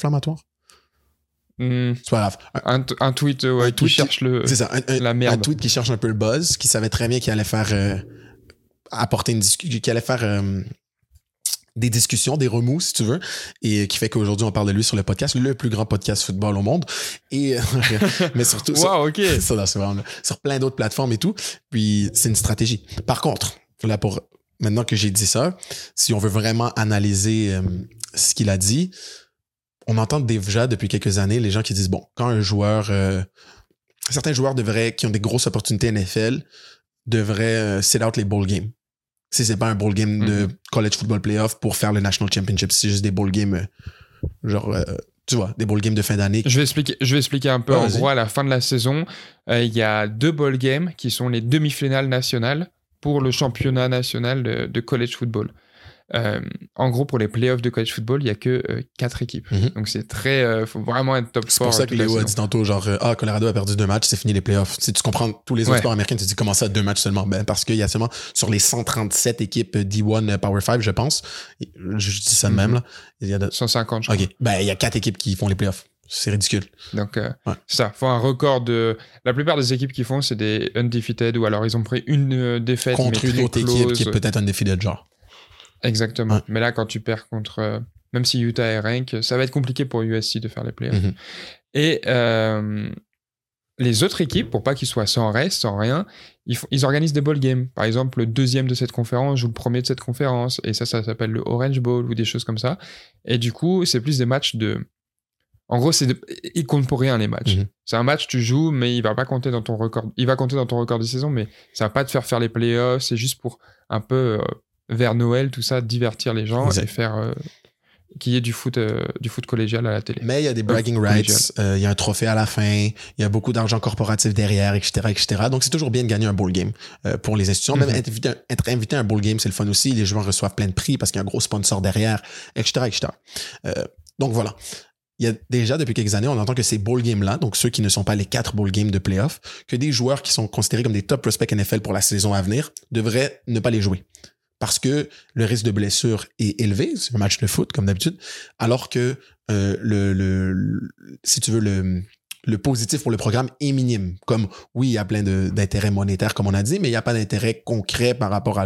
C'est pas grave. Un tweet, qui cherche c'est ça, la merde. Un tweet qui cherche un peu le buzz, qui savait très bien qu'il allait faire apporter une discussion, qu'il allait faire des discussions, des remous, si tu veux, et qui fait qu'aujourd'hui, on parle de lui sur le podcast, le plus grand podcast football au monde. Et, mais surtout, c'est vraiment, sur plein d'autres plateformes et tout. Puis, c'est une stratégie. Par contre, là, maintenant que j'ai dit ça, si on veut vraiment analyser ce qu'il a dit, on entend déjà depuis quelques années les gens qui disent, bon, quand un joueur, certains joueurs qui ont des grosses opportunités NFL, devraient sit out les bowl games. Si c'est pas un bowl game de college football playoff pour faire le national championship, c'est juste des bowl games tu vois, des bowl games de fin d'année. Je vais expliquer un peu. En gros, à la fin de la saison, il y a 2 bowl games qui sont les demi-finales nationales pour le championnat national de college football. En gros, pour les playoffs de college football, il n'y a que 4 équipes. Donc, c'est très... faut vraiment être top sport. C'est pour ça que Léo a dit tantôt, Colorado a perdu 2 matchs, c'est fini les playoffs. Si tu comprends tous les autres sports américains, tu dis comment ça, 2 matchs seulement? Ben, parce qu'il y a seulement, sur les 137 équipes D1 Power 5, je pense, je dis ça de même, là. Il y a 150, je crois. OK. Ben, il y a 4 équipes qui font les playoffs. C'est ridicule. Donc, c'est ça. Faut un record de... La plupart des équipes qui font, c'est des undefeated ou alors ils ont pris une défaite. Contre une autre équipe qui est peut-être undefeated, genre. Exactement. Ouais. Mais là, quand tu perds contre... même si Utah est rank, ça va être compliqué pour USC de faire les playoffs. Et les autres équipes, pour pas qu'ils soient sans reste, sans rien, ils organisent des bowl games. Par exemple, le 2e de cette conférence joue le 1er de cette conférence. Et ça s'appelle le Orange Bowl ou des choses comme ça. Et du coup, c'est plus des matchs de... En gros, ils comptent pour rien, les matchs. C'est un match, tu joues, mais il va pas compter dans ton record. Il va compter dans ton record de saison, mais ça va pas te faire les playoffs. C'est juste pour un peu... vers Noël, tout ça, divertir les gens et faire qu'il y ait du foot collégial à la télé. Mais il y a des bragging rights, il y a un trophée à la fin, il y a beaucoup d'argent corporatif derrière, etc. Donc, c'est toujours bien de gagner un bowl game pour les institutions. Même être invité à un bowl game, c'est le fun aussi. Les joueurs reçoivent plein de prix parce qu'il y a un gros sponsor derrière, etc. Donc, voilà. Il y a déjà, depuis quelques années, on entend que ces bowl games-là, donc ceux qui ne sont pas les 4 bowl games de playoff, que des joueurs qui sont considérés comme des top prospects NFL pour la saison à venir devraient ne pas les jouer. Parce que le risque de blessure est élevé, c'est un match de foot comme d'habitude, alors que si tu veux le positif pour le programme est minime. Comme oui, il y a plein d'intérêts monétaires comme on a dit, mais il n'y a pas d'intérêt concret par rapport à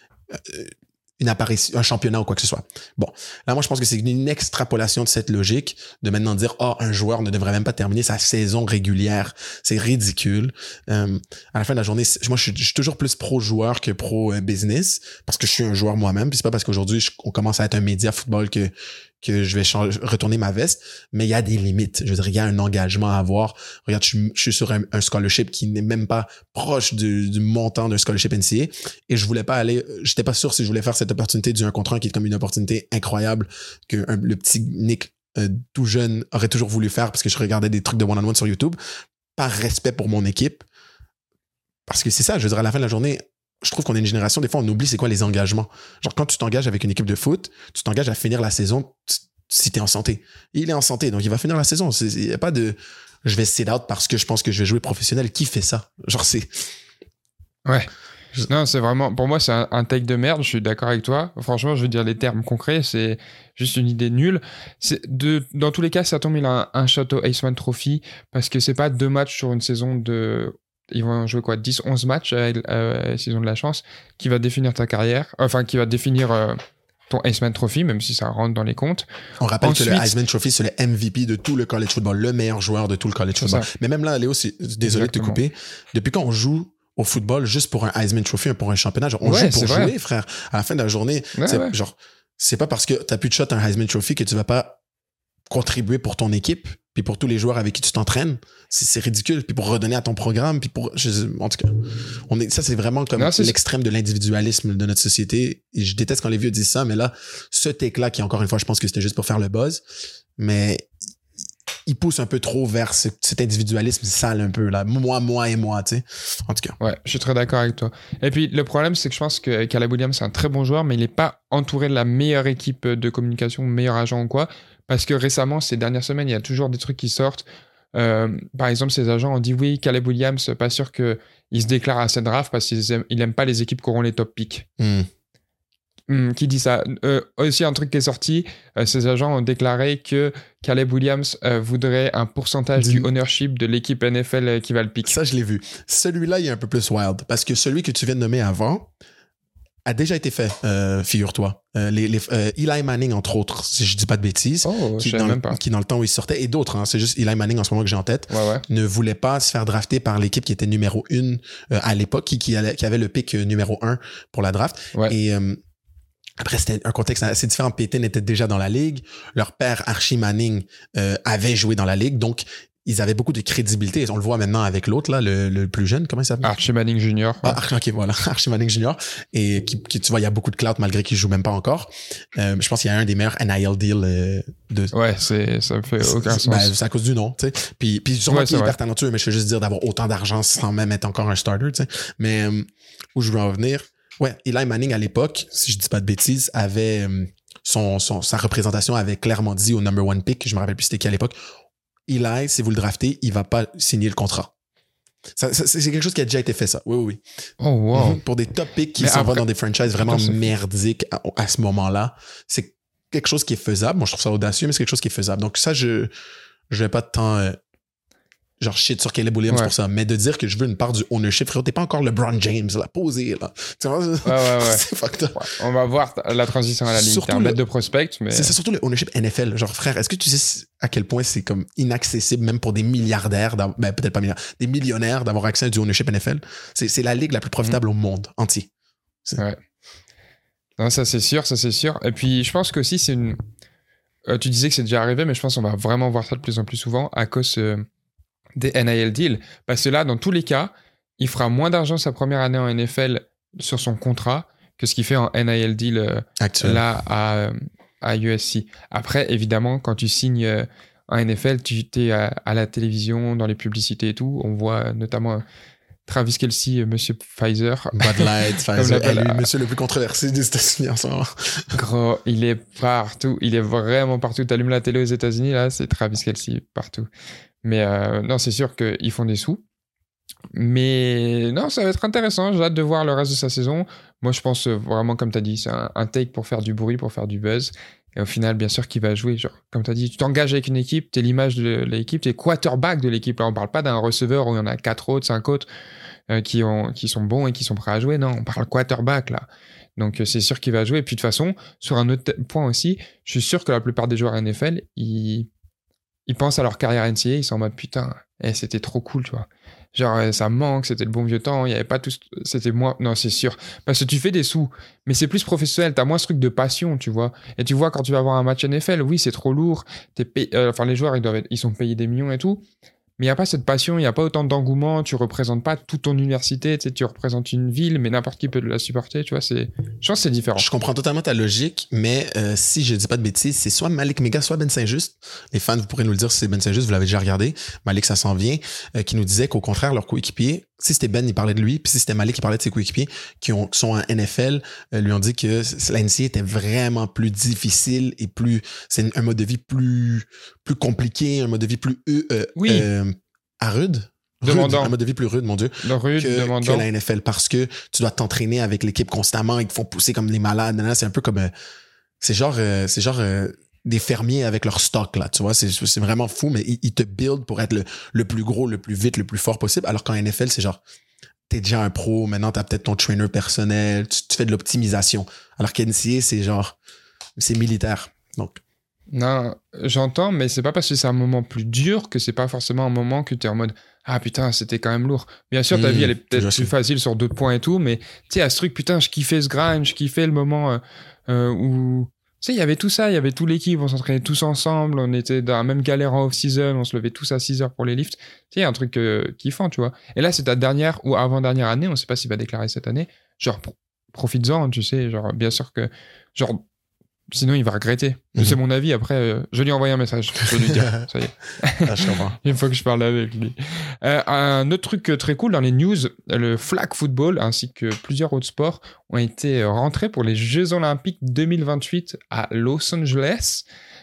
une apparition, un championnat ou quoi que ce soit. Bon, là, moi, je pense que c'est une extrapolation de cette logique de maintenant dire, un joueur ne devrait même pas terminer sa saison régulière. C'est ridicule. À la fin de la journée, moi, je suis toujours plus pro-joueur que pro-business parce que je suis un joueur moi-même. Puis c'est pas parce qu'aujourd'hui, on commence à être un média football que je vais retourner ma veste, mais il y a des limites. Je veux dire, il y a un engagement à avoir. Regarde, je suis sur un scholarship qui n'est même pas proche du montant d'un scholarship NCAA et j'étais pas sûr si je voulais faire cette opportunité du 1 contre 1 qui est comme une opportunité incroyable que le petit Nick tout jeune aurait toujours voulu faire parce que je regardais des trucs de one-on-one sur YouTube par respect pour mon équipe. Parce que c'est ça, je veux dire, à la fin de la journée, je trouve qu'on est une génération, des fois, on oublie c'est quoi les engagements. Genre, quand tu t'engages avec une équipe de foot, tu t'engages à finir la saison si t'es en santé. Il est en santé, donc il va finir la saison. Il n'y a pas de je vais sit out parce que je pense que je vais jouer professionnel. Qui fait ça? Genre, c'est... Ouais. Non, c'est vraiment... Pour moi, c'est un take de merde. Je suis d'accord avec toi. Franchement, je veux dire, les termes concrets, c'est juste une idée nulle. Dans tous les cas, ça tombe, il a un shot au Heisman Trophy parce que c'est pas 2 matchs sur une saison de... Ils vont jouer 10-11 matchs s'ils ont de la chance, qui va définir ta carrière, enfin qui va définir ton Heisman Trophy, même si ça rentre dans les comptes. On rappelle que le Heisman Trophy, c'est le MVP de tout le college football, le meilleur joueur de tout le college football. Mais même là, Léo, désolé de te couper, depuis quand on joue au football juste pour un Heisman Trophy, pour un championnat, genre, on joue pour jouer, frère. À la fin de la journée, genre, c'est pas parce que t'as plus de shot un Heisman Trophy que tu vas pas contribuer pour ton équipe puis pour tous les joueurs avec qui tu t'entraînes, c'est ridicule. Puis pour redonner à ton programme, puis pour... en tout cas, ça, c'est vraiment comme l'extrême de l'individualisme de notre société. Et je déteste quand les vieux disent ça, mais là, ce take-là, qui encore une fois, je pense que c'était juste pour faire le buzz, mais il pousse un peu trop vers cet individualisme sale un peu, là. Moi et moi, tu sais. En tout cas. Ouais, je suis très d'accord avec toi. Et puis, le problème, c'est que je pense que Caleb Williams, c'est un très bon joueur, mais il n'est pas entouré de la meilleure équipe de communication, meilleur agent ou quoi. Parce que récemment, ces dernières semaines, il y a toujours des trucs qui sortent. Par exemple, ces agents ont dit oui, Caleb Williams, pas sûr qu'il se déclare à cette draft parce qu'il n'aime pas les équipes qui auront les top picks. Qui dit ça? Aussi, un truc qui est sorti, ces agents ont déclaré que Caleb Williams voudrait un pourcentage du ownership de l'équipe NFL qui va le pick. Ça, je l'ai vu. Celui-là, il est un peu plus wild parce que celui que tu viens de nommer avant a déjà été fait, figure-toi. Eli Manning, entre autres, si je dis pas de bêtises, qui dans le temps où il sortait, et d'autres, hein, c'est juste Eli Manning en ce moment que j'ai en tête, ne voulait pas se faire drafter par l'équipe qui était numéro 1 à l'époque, qui avait le pick numéro 1 pour la draft. Ouais. Et après, c'était un contexte assez différent. Peyton était déjà dans la ligue. Leur père, Archie Manning, avait joué dans la ligue. Donc, ils avaient beaucoup de crédibilité. On le voit maintenant avec l'autre, là, le plus jeune. Comment il s'appelle? Archie Manning Jr. OK, voilà. Archie Manning Jr. Et qui, tu vois, il y a beaucoup de clout malgré qu'il joue même pas encore. Je pense qu'il y a un des meilleurs NIL deals de... Ouais, ça me fait aucun sens. C'est à cause du nom, tu sais. Puis sûrement qu'il est hyper talentueux, mais je veux juste dire d'avoir autant d'argent sans même être encore un starter, tu sais. Mais où je veux en venir... Ouais, Eli Manning, à l'époque, si je dis pas de bêtises, avait sa représentation avait clairement dit au number 1 pick, je me rappelle plus c'était qui à l'époque, Eli, si vous le draftez, il va pas signer le contrat. C'est quelque chose qui a déjà été fait, ça. Oui. Oh, wow. Pour des top picks qui s'en vont dans des franchises vraiment merdiques à ce moment-là, c'est quelque chose qui est faisable. Moi, je trouve ça audacieux, mais c'est quelque chose qui est faisable. Donc ça, je vais pas de temps... genre shit sur Caleb Williams pour ça, mais de dire que je veux une part du ownership, frérot, t'es pas encore LeBron James, là, posé, là. Tu vois, c'est fucked up. Ouais. On va voir la transition à la ligne. T'es un maître de prospect, mais... C'est surtout le ownership NFL. Genre, frère, est-ce que tu sais à quel point c'est comme inaccessible, même pour des milliardaires, peut-être pas milliardaires, des millionnaires d'avoir accès à du ownership NFL? C'est la ligue la plus profitable au monde entier. Ouais. Non, ça c'est sûr. Et puis, je pense qu'aussi, c'est une... tu disais que c'est déjà arrivé, mais je pense qu'on va vraiment voir ça de plus en plus souvent à cause... des NIL deals, parce que là, dans tous les cas, il fera moins d'argent sa première année en NFL sur son contrat que ce qu'il fait en NIL deal là à USC. Après, évidemment, quand tu signes en NFL, tu es à la télévision, dans les publicités et tout. On voit notamment Travis Kelce, Monsieur Pfizer. Bud Light, Pfizer, lui, monsieur le plus controversé des États-Unis en ce moment. Gros, il est partout. Il est vraiment partout. T'allumes la télé aux États-Unis, là, c'est Travis Kelce partout. Mais non, c'est sûr qu'ils font des sous. Mais non, ça va être intéressant. J'ai hâte de voir le reste de sa saison. Moi, je pense vraiment, comme tu as dit, c'est un take pour faire du bruit, pour faire du buzz. Et au final, bien sûr qu'il va jouer. Genre, comme tu as dit, tu t'engages avec une équipe, tu es l'image de l'équipe, tu es quarterback de l'équipe. Là, on parle pas d'un receveur où il y en a 4 autres, 5 autres qui sont bons et qui sont prêts à jouer. Non, on parle quarterback là. Donc, c'est sûr qu'il va jouer. Et puis, de toute façon, sur un autre point aussi, je suis sûr que la plupart des joueurs NFL, ils pensent à leur carrière NCAA, ils sont en mode putain, c'était trop cool, tu vois. Genre, ça manque, c'était le bon vieux temps, il n'y avait pas tout. C'était moi. Non, c'est sûr. Parce que tu fais des sous, mais c'est plus professionnel, t'as moins ce truc de passion, tu vois. Et tu vois, quand tu vas avoir un match NFL, oui, c'est trop lourd. Les joueurs, ils sont payés des millions et tout. Mais il n'y a pas cette passion, il n'y a pas autant d'engouement, tu représentes pas toute ton université, tu représentes une ville, mais n'importe qui peut la supporter, tu vois, je pense que c'est différent. Je comprends totalement ta logique, mais si je dis pas de bêtises, c'est soit Malik Mega, soit Ben Saint-Just. Les fans, vous pourrez nous le dire si c'est Ben Saint-Just, vous l'avez déjà regardé. Malik, ça s'en vient, qui nous disait qu'au contraire, leurs coéquipiers, si c'était Ben, il parlait de lui, puis si c'était Malik, il parlait de ses coéquipiers qui sont en NFL, lui ont dit que la NCAA était vraiment plus difficile et c'est un mode de vie plus compliqué, un mode de vie plus rude. Demandant. Un mode de vie plus rude, mon Dieu, que la NFL, parce que tu dois t'entraîner avec l'équipe constamment, ils te font pousser comme des malades. C'est un peu comme c'est genre des fermiers avec leur stock, là, tu vois, c'est vraiment fou, mais ils te build pour être le plus gros, le plus vite, le plus fort possible, alors qu'en NFL, c'est genre t'es déjà un pro, maintenant t'as peut-être ton trainer personnel, tu fais de l'optimisation, alors qu'NCAA, c'est militaire, donc. Non, j'entends, mais c'est pas parce que c'est un moment plus dur que c'est pas forcément un moment que t'es en mode ah putain, c'était quand même lourd. Bien sûr, ta vie elle est peut-être plus facile sur 2 points et tout, mais tu sais, à ce truc, putain, je kiffais ce grind, je kiffais le moment où tu sais, il y avait tout ça, il y avait toute l'équipe, on s'entraînait tous ensemble, on était dans la même galère en off-season, on se levait tous à 6 heures pour les lifts. Tu sais, il y a un truc kiffant, tu vois. Et là, c'est ta dernière ou avant-dernière année, on sait pas s'il va déclarer cette année. Genre, profites-en, tu sais, genre, bien sûr que, genre, Sinon, il va regretter. C'est mon avis. Après, je lui ai envoyé un message. Je vais lui dire. Ça y est. Je comprends. Une fois que je parle avec lui. Un autre truc très cool dans les news, le flag football ainsi que plusieurs autres sports ont été rentrés pour les Jeux Olympiques 2028 à Los Angeles.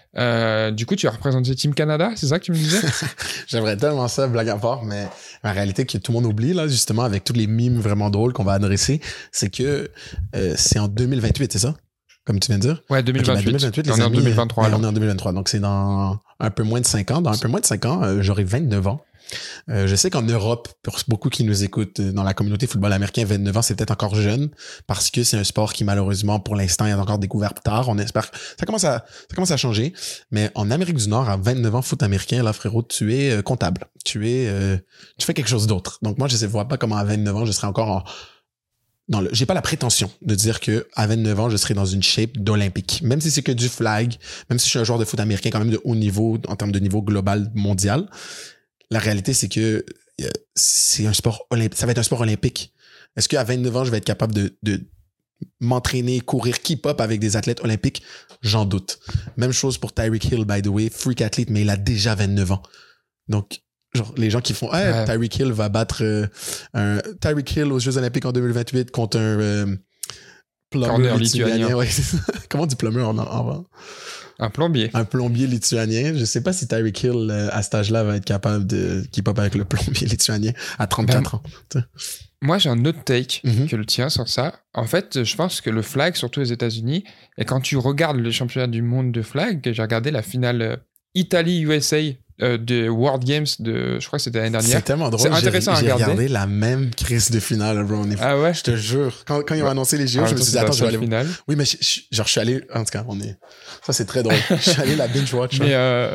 Du coup, tu as représenté Team Canada, c'est ça que tu me disais? J'aimerais tellement ça, blague à part, mais la réalité que tout le monde oublie, là, justement, avec tous les mimes vraiment drôles qu'on va adresser, c'est que c'est en 2028, c'est ça? Comme tu viens de dire? Ouais, 2028. Okay, 2028 on est en 2023. On est en 2023, donc c'est dans un peu moins de 5 ans. Dans un peu moins de 5 ans, j'aurai 29 ans. Je sais qu'en Europe, pour beaucoup qui nous écoutent dans la communauté football américain, 29 ans, c'est peut-être encore jeune parce que c'est un sport qui, malheureusement, pour l'instant, est encore découvert tard. On espère que ça commence à changer. Mais en Amérique du Nord, à 29 ans, foot américain, là, frérot, tu es comptable. Tu fais quelque chose d'autre. Donc, moi, je ne vois pas comment à 29 ans, je serai encore j'ai pas la prétention de dire que à 29 ans, je serai dans une shape d'olympique. Même si c'est que du flag, même si je suis un joueur de foot américain quand même de haut niveau en termes de niveau global mondial, la réalité, c'est que c'est un sport olympique. Ça va être un sport olympique. Est-ce qu'à 29 ans, je vais être capable de m'entraîner, courir, keep up avec des athlètes olympiques? J'en doute. Même chose pour Tyreek Hill, by the way. Freak athlete, mais il a déjà 29 ans. Donc, genre, les gens qui font Tyreek Hill va battre Tyreek Hill aux Jeux Olympiques en 2028 contre un plumber lituanien. Ouais, comment on dit plumber en un plombier. Un plombier lituanien. Je sais pas si Tyreek Hill, à cet âge-là, va être capable de keep up avec le plombier lituanien à 34 ans. Moi, j'ai un autre take que le tien sur ça. En fait, je pense que le flag, surtout aux États-Unis, et quand tu regardes le championnat du monde de flag, j'ai regardé la finale Italie-USA de World Games je crois que c'était l'année dernière. C'est tellement drôle. C'est intéressant à regarder. J'ai regardé la même crise de finale, bro. Ah ouais? Je te jure. Quand ils ont annoncé les JO, je me suis dit, attends, je vais aller. Finale. Oui, mais je suis allé. En tout cas, ça, c'est très drôle. Je suis allé la binge-watch. Mais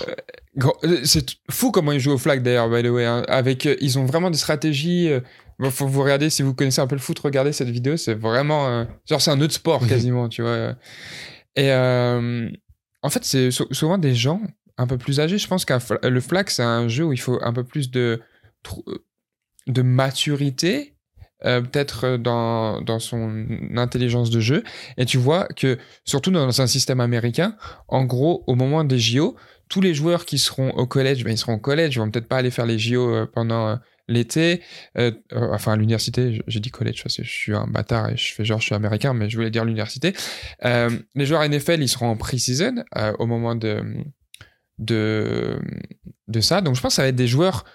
c'est fou comment ils jouent au flag d'ailleurs, by the way. Hein. Ils ont vraiment des stratégies. Faut vous regarder, si vous connaissez un peu le foot, regardez cette vidéo. C'est vraiment. Genre, c'est un autre sport quasiment, tu vois. Et en fait, c'est souvent des gens un peu plus âgés. Je pense que le flag, c'est un jeu où il faut un peu plus de maturité, peut-être dans son intelligence de jeu. Et tu vois que, surtout dans un système américain, en gros, au moment des JO, tous les joueurs qui seront au collège, ils seront au collège, ils vont peut-être pas aller faire les JO pendant l'été, enfin à l'université, j'ai dit college parce que je suis un bâtard et je fais genre je suis américain, mais je voulais dire l'université. Les joueurs NFL, ils seront en pre-season au moment de ça. Donc je pense que ça va être des joueurs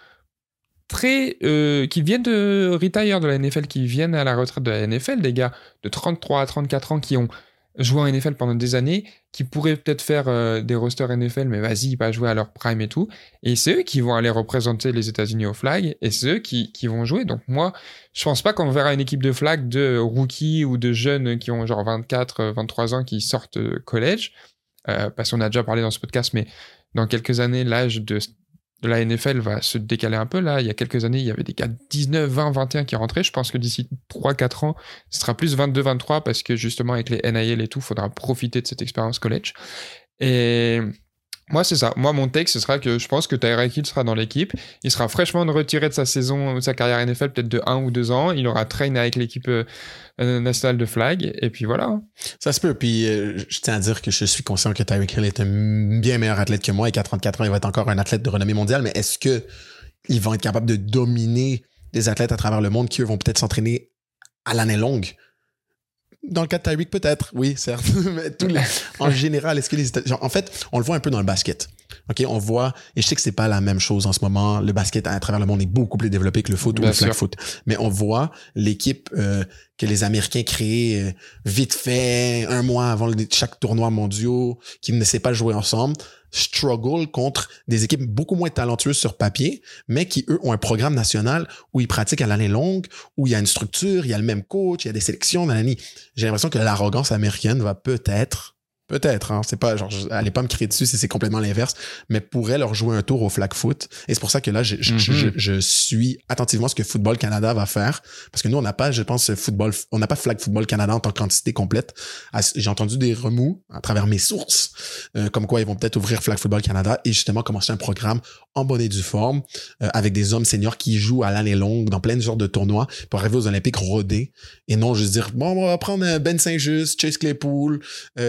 qui viennent de retire de la NFL, qui viennent à la retraite de la NFL, des gars de 33 à 34 ans qui ont joué en NFL pendant des années, qui pourraient peut-être faire des rosters NFL, mais vas-y, pas jouer à leur prime et tout. Et c'est eux qui vont aller représenter les États-Unis au flag, et c'est eux qui vont jouer. Donc moi, je pense pas qu'on verra une équipe de flag de rookies ou de jeunes qui ont genre 24, 23 ans qui sortent college, parce qu'on a déjà parlé dans ce podcast, mais dans quelques années, l'âge de la NFL va se décaler un peu. Là, il y a quelques années, il y avait des gars de 19, 20, 21 qui rentraient. Je pense que d'ici 3-4 ans, ce sera plus 22, 23 parce que justement, avec les NIL et tout, il faudra profiter de cette expérience college. Et moi, c'est ça. Moi, mon take, ce sera que je pense que Tyreek Hill sera dans l'équipe. Il sera fraîchement retiré de sa carrière NFL, peut-être de 1 ou 2 ans. Il aura train avec l'équipe nationale de flag. Et puis voilà. Ça se peut. Puis je tiens à dire que je suis conscient que Tyreek Hill est un bien meilleur athlète que moi et qu'à 34 ans, il va être encore un athlète de renommée mondiale. Mais est-ce que ils vont être capables de dominer des athlètes à travers le monde qui, eux, vont peut-être s'entraîner à l'année longue? Dans le cas de Tyreek, peut-être, oui, certes. Mais en général, est-ce que en fait, on le voit un peu dans le basket. OK, on voit, et je sais que c'est pas la même chose en ce moment. Le basket à travers le monde est beaucoup plus développé que le foot ou le flag foot. Mais on voit l'équipe que les Américains créent vite fait, un mois avant chaque tournoi mondial, qui ne sait pas jouer ensemble, struggle contre des équipes beaucoup moins talentueuses sur papier, mais qui, eux, ont un programme national où ils pratiquent à l'année longue, où il y a une structure, il y a le même coach, il y a des sélections, nanani. J'ai l'impression que l'arrogance américaine va peut-être, hein, c'est pas, genre, allez pas me crier dessus si c'est complètement l'inverse, mais pourrait leur jouer un tour au flag foot. Et c'est pour ça que là, je suis attentivement ce que Football Canada va faire. Parce que nous, on n'a pas, je pense, on n'a pas Flag Football Canada en tant qu'entité complète. J'ai entendu des remous à travers mes sources, comme quoi ils vont peut-être ouvrir Flag Football Canada et justement commencer un programme en bonne et due forme, avec des hommes seniors qui jouent à l'année longue dans plein de genres de tournois pour arriver aux Olympiques rodés et non juste dire, bon, on va prendre Ben Saint-Just, Chase Claypool, Trey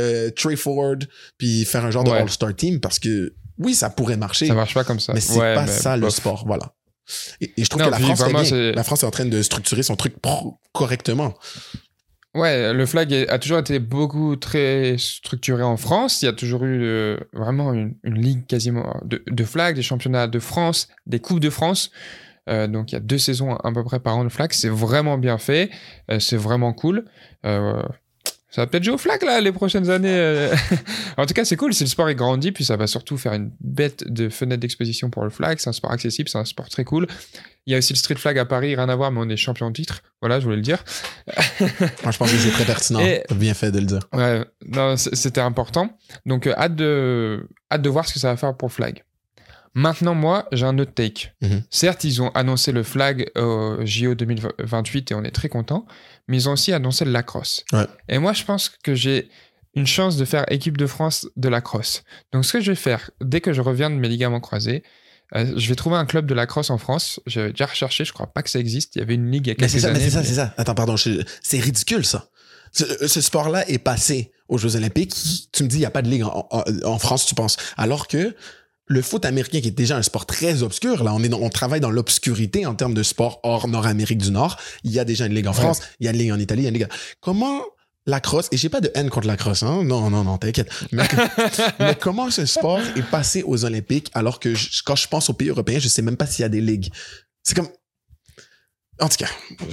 straightforward, puis faire un genre de all-star team, parce que oui, ça pourrait marcher. Ça marche pas comme ça. Mais c'est pas ça le sport, voilà. Et je trouve que la France est en train de structurer son truc correctement. Ouais, le flag a toujours été très structuré en France. Il y a toujours eu vraiment une ligue quasiment de flag, des championnats de France, des coupes de France. Donc il y a 2 saisons à peu près par an de flag. C'est vraiment bien fait. C'est vraiment cool. Ça va peut-être jouer au flag là les prochaines années. En tout cas, c'est cool. Si le sport est grandi, puis ça va surtout faire une bête de fenêtre d'exposition pour le flag. C'est un sport accessible, c'est un sport très cool. Il y a aussi le street flag à Paris, rien à voir, mais on est champion de titre. Voilà, je voulais le dire. Moi, je pense que c'est très pertinent. Bien fait de le dire. Ouais, non, c'était important. Donc, hâte de voir ce que ça va faire pour le flag. Maintenant, moi, j'ai un autre take. Certes, ils ont annoncé le flag au JO 2028 et on est très contents, mais ils ont aussi annoncé le lacrosse. Ouais. Et moi, je pense que j'ai une chance de faire équipe de France de lacrosse. Donc, ce que je vais faire, dès que je reviens de mes ligaments croisés, je vais trouver un club de lacrosse en France. J'avais déjà recherché, je crois pas que ça existe. Il y avait une ligue il y a quelques années. Mais c'est ça. Attends, pardon, c'est ridicule, ça. Ce sport-là est passé aux Jeux Olympiques. Tu me dis, il n'y a pas de ligue en France, tu penses. Alors que le foot américain, qui est déjà un sport très obscur, là, on travaille dans l'obscurité en termes de sport hors Nord-Amérique du Nord. Il y a déjà une ligue en France, il y a une ligue en Italie, il y a une ligue. Comment lacrosse, et j'ai pas de haine contre lacrosse, hein? Non, t'inquiète. Mais comment ce sport est passé aux Olympiques alors que quand je pense aux pays européens, je sais même pas s'il y a des ligues. C'est comme, en tout cas,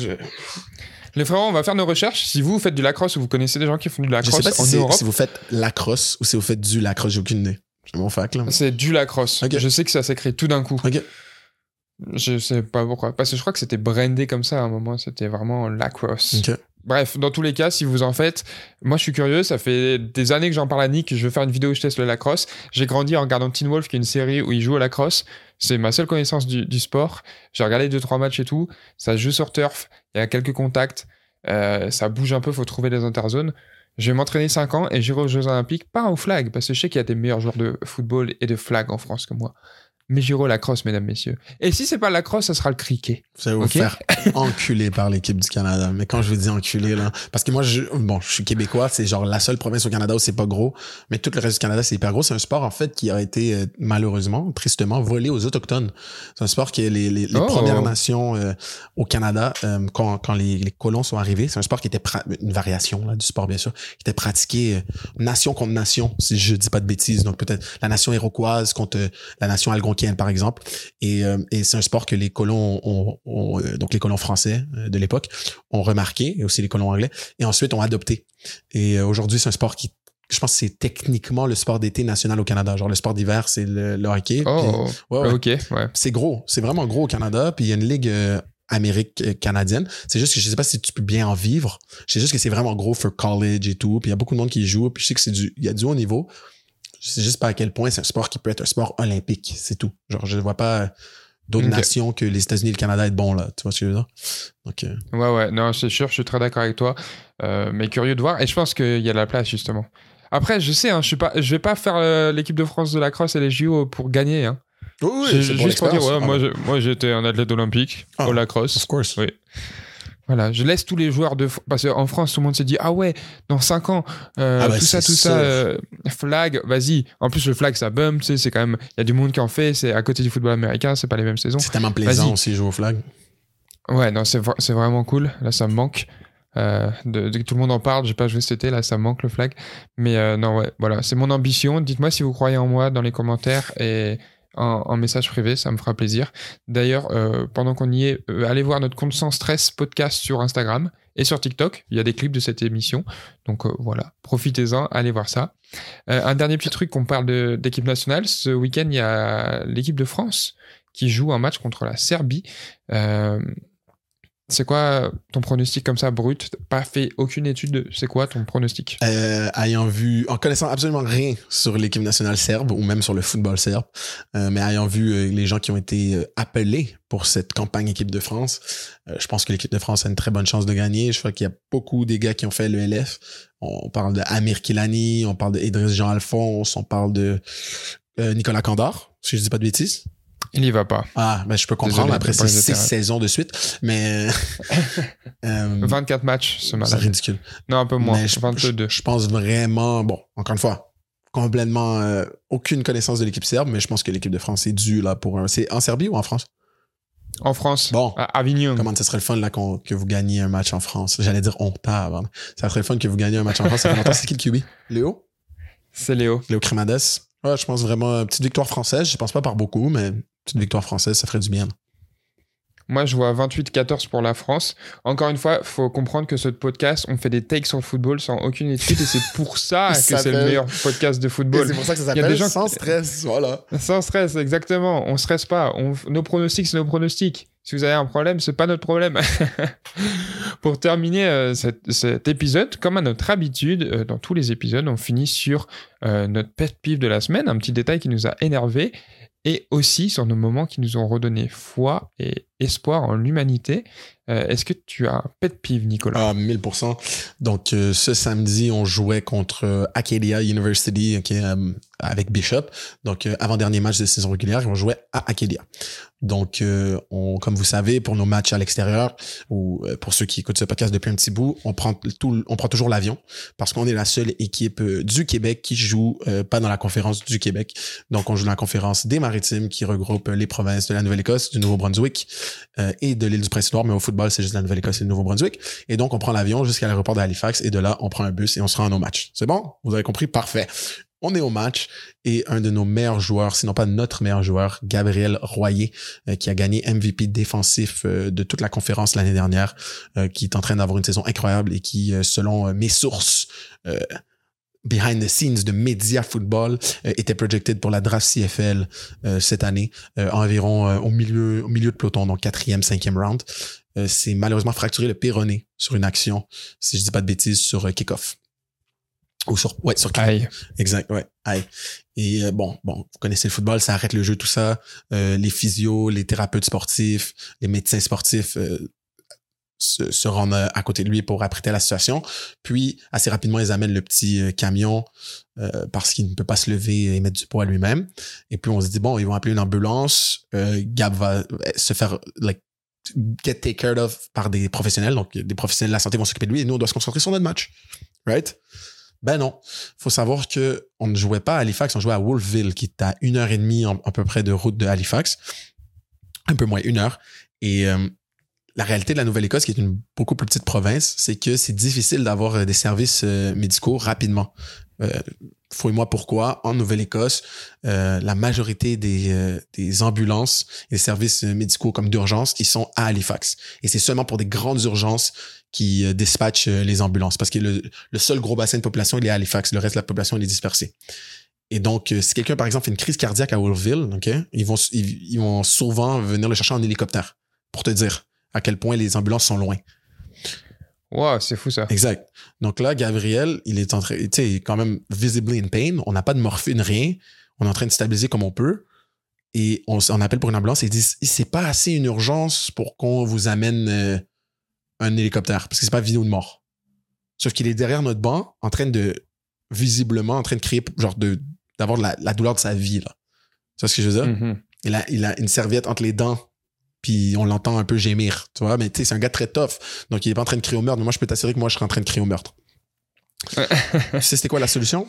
Les frérots, on va faire nos recherches. Si vous faites du lacrosse ou vous connaissez des gens qui font du lacrosse en Europe. Si vous faites lacrosse ou si vous faites du lacrosse, j'ai aucune idée. C'est mon fac, là. C'est du lacrosse. Okay. Je sais que ça s'écrit tout d'un coup. Ok. Je sais pas pourquoi. Parce que je crois que c'était brandé comme ça à un moment. C'était vraiment lacrosse. Ok. Bref, dans tous les cas, si vous en faites, moi je suis curieux, ça fait des années que j'en parle à Nick, je veux faire une vidéo où je teste le lacrosse. J'ai grandi en regardant Teen Wolf, qui est une série où il joue au lacrosse. C'est ma seule connaissance du sport. J'ai regardé 2-3 matchs et tout. Ça se joue sur turf, il y a quelques contacts, ça bouge un peu, faut trouver les interzones. Je vais m'entraîner 5 ans et j'irai aux Jeux Olympiques, pas au flag, parce que je sais qu'il y a des meilleurs joueurs de football et de flag en France que moi. Mais j'irai au lacrosse, mesdames, messieurs. Et si c'est pas le lacrosse, ça sera le cricket. Vous allez vous faire enculer par l'équipe du Canada. Mais quand je vous dis enculer, là, parce que moi, je suis québécois, c'est genre la seule province au Canada où c'est pas gros, mais tout le reste du Canada, c'est hyper gros. C'est un sport, en fait, qui a été, malheureusement, tristement, volé aux Autochtones. C'est un sport qui est les Premières Nations au Canada, quand les colons sont arrivés, c'est un sport qui était une variation là, du sport, bien sûr, qui était pratiqué nation contre nation, si je dis pas de bêtises. Donc peut-être la nation iroquoise contre la nation algonquienne, par exemple, et c'est un sport que les colons donc les colons français de l'époque ont remarqué, et aussi les colons anglais, et ensuite ont adopté. Et aujourd'hui, c'est un sport qui, je pense que c'est techniquement le sport d'été national au Canada. Genre le sport d'hiver, c'est le hockey. Ok, ouais. C'est gros, c'est vraiment gros au Canada, puis il y a une ligue Amérique canadienne. C'est juste que je sais pas si tu peux bien en vivre. Je sais juste que c'est vraiment gros for college et tout, puis il y a beaucoup de monde qui y joue, puis je sais que il y a du haut niveau. Je sais juste pas à quel point c'est un sport qui peut être un sport olympique, c'est tout. Genre, je ne vois pas d'autres nations que les États-Unis et le Canada être bons, là. Tu vois ce que je veux dire? Donc, Ouais, non, c'est sûr, je suis très d'accord avec toi. Mais curieux de voir. Et je pense qu'il y a de la place, justement. Après, je sais, hein, je vais pas faire l'équipe de France de lacrosse et les JO pour gagner, hein. Oui, c'est juste pour dire, moi j'étais un athlète olympique au lacrosse. Of course. Oui. Voilà, je laisse tous les joueurs parce qu'en France, tout le monde se dit, ah ouais, dans 5 ans, tout ça, flag, vas-y. En plus, le flag, ça bump, tu sais, c'est quand même, il y a du monde qui en fait, c'est à côté du football américain, c'est pas les mêmes saisons. C'est tellement plaisant aussi jouer au flag. Ouais, non, c'est vraiment cool. Là, ça me manque. Tout le monde en parle, j'ai pas joué cet été, là, ça me manque le flag. Mais non, ouais, voilà, c'est mon ambition. Dites-moi si vous croyez en moi dans les commentaires et en message privé, ça me fera plaisir. D'ailleurs, pendant qu'on y est, allez voir notre compte Sans Stress podcast sur Instagram et sur TikTok. Il y a des clips de cette émission. Donc voilà, profitez-en, allez voir ça. Un dernier petit truc, qu'on parle d'équipe nationale. Ce week-end, il y a l'équipe de France qui joue un match contre la Serbie. C'est quoi ton pronostic comme ça, brut? T'as pas fait aucune étude, c'est quoi ton pronostic? En connaissant absolument rien sur l'équipe nationale serbe ou même sur le football serbe, mais ayant vu les gens qui ont été appelés pour cette campagne équipe de France, je pense que l'équipe de France a une très bonne chance de gagner. Je crois qu'il y a beaucoup des gars qui ont fait le LF. On parle de Amir Kilani, on parle de Idriss Jean-Alphonse, on parle de Nicolas Candard, si je dis pas de bêtises. Il y va pas. Ah, ben je peux comprendre Désolé, après pour ces les 6 vétérans. saisons de suite, mais 24 matchs ce c'est malade. ridicule. Non, un peu moins. Mais 22. je pense vraiment, bon, encore une fois, complètement aucune connaissance de l'équipe serbe, mais je pense que l'équipe de France est due là pour un. C'est en Serbie ou en France? En France, Bon. à Avignon. Comment ça serait le fun là que vous gagniez un match en France? J'allais dire on t'a. Ça serait le fun que vous gagniez un match en France. Ça fait longtemps. C'est qui le QB? Léo? C'est Léo. Léo Cremades. Ouais, je pense vraiment petite victoire française. Je pense pas par beaucoup, mais petite victoire française, ça ferait du bien. Moi, je vois 28-14 pour la France. Encore une fois, faut comprendre que ce podcast, on fait des takes sur le football sans aucune étude et c'est pour ça que c'est le meilleur podcast de football. C'est pour ça que ça Il y a s'appelle des gens sans stress. Voilà. Sans stress, exactement. On stresse pas. Nos pronostics, c'est nos pronostics. Si vous avez un problème, c'est pas notre problème. Pour terminer cet épisode, comme à notre habitude, dans tous les épisodes, on finit sur notre pet peeve de la semaine, un petit détail qui nous a énervé, et aussi sur nos moments qui nous ont redonné foi et espoir en l'humanité. Est-ce que tu as un pet peeve, Nicolas? Ah, 1000%. Donc, ce samedi, on jouait contre Acadia University, avec Bishop. Donc, avant-dernier match de saison régulière, on jouait à Acadia. Donc, comme vous savez, pour nos matchs à l'extérieur, ou pour ceux qui écoutent ce podcast depuis un petit bout, on prend toujours l'avion parce qu'on est la seule équipe du Québec qui joue pas dans la conférence du Québec. Donc, on joue dans la conférence des Maritimes qui regroupe les provinces de la Nouvelle-Écosse, du Nouveau-Brunswick et de l'île du Prince-Édouard, mais au football, c'est juste la Nouvelle-Écosse et le Nouveau-Brunswick. Et donc, on prend l'avion jusqu'à l'aéroport d'Halifax et de là, on prend un bus et on se rend à nos matchs. C'est bon? Vous avez compris? Parfait. On est au match et un de nos meilleurs joueurs, sinon pas notre meilleur joueur, Gabriel Royer, qui a gagné MVP défensif de toute la conférence l'année dernière, qui est en train d'avoir une saison incroyable et qui, selon mes sources behind the scenes de Media Football, était projected pour la draft CFL cette année, environ au milieu de peloton, donc 4e, 5e round. C'est malheureusement fracturé le péroné sur une action, si je dis pas de bêtises, sur kick-off. Ou sur kick-off. Aïe. Exact, ouais. Aïe. Et bon, vous connaissez le football, ça arrête le jeu, tout ça. Les physios, les thérapeutes sportifs, les médecins sportifs se rendent à côté de lui pour apprêter la situation. Puis, assez rapidement, ils amènent le petit camion parce qu'il ne peut pas se lever et mettre du poids lui-même. Et puis, on se dit, bon, ils vont appeler une ambulance. Gab va se faire get taken care of par des professionnels. Donc, des professionnels de la santé vont s'occuper de lui et nous, on doit se concentrer sur notre match. Right? Ben non. Faut savoir que on ne jouait pas à Halifax, on jouait à Wolfville, qui est à 1h30 à peu près de route de Halifax. Un peu moins, 1 heure. Et la réalité de la Nouvelle-Écosse, qui est une beaucoup plus petite province, c'est que c'est difficile d'avoir des services médicaux rapidement. Fouille-moi pourquoi. En Nouvelle-Écosse, la majorité des ambulances et des services médicaux comme d'urgence, ils sont à Halifax. Et c'est seulement pour des grandes urgences qui dispatchent les ambulances. Parce que le seul gros bassin de population, il est à Halifax. Le reste de la population, il est dispersé. Et donc, si quelqu'un, par exemple, fait une crise cardiaque à Wolfville, okay, ils vont souvent venir le chercher en hélicoptère pour te dire à quel point les ambulances sont loin. Wow, c'est fou ça. Exact. Donc là, Gabriel, il est en train, tu sais, quand même visibly in pain. On n'a pas de morphine, rien. On est en train de stabiliser comme on peut. Et on appelle pour une ambulance et ils disent, c'est pas assez une urgence pour qu'on vous amène un hélicoptère parce que c'est pas vidéo de mort. Sauf qu'il est derrière notre banc visiblement en train de créer, genre d'avoir la douleur de sa vie, là. Tu vois ce que je veux dire? Mm-hmm. Il a une serviette entre les dents puis on l'entend un peu gémir, tu vois, mais tu sais, c'est un gars très tough, donc il est pas en train de crier au meurtre, mais moi je peux t'assurer que moi je serais en train de crier au meurtre. Tu sais c'était quoi la solution?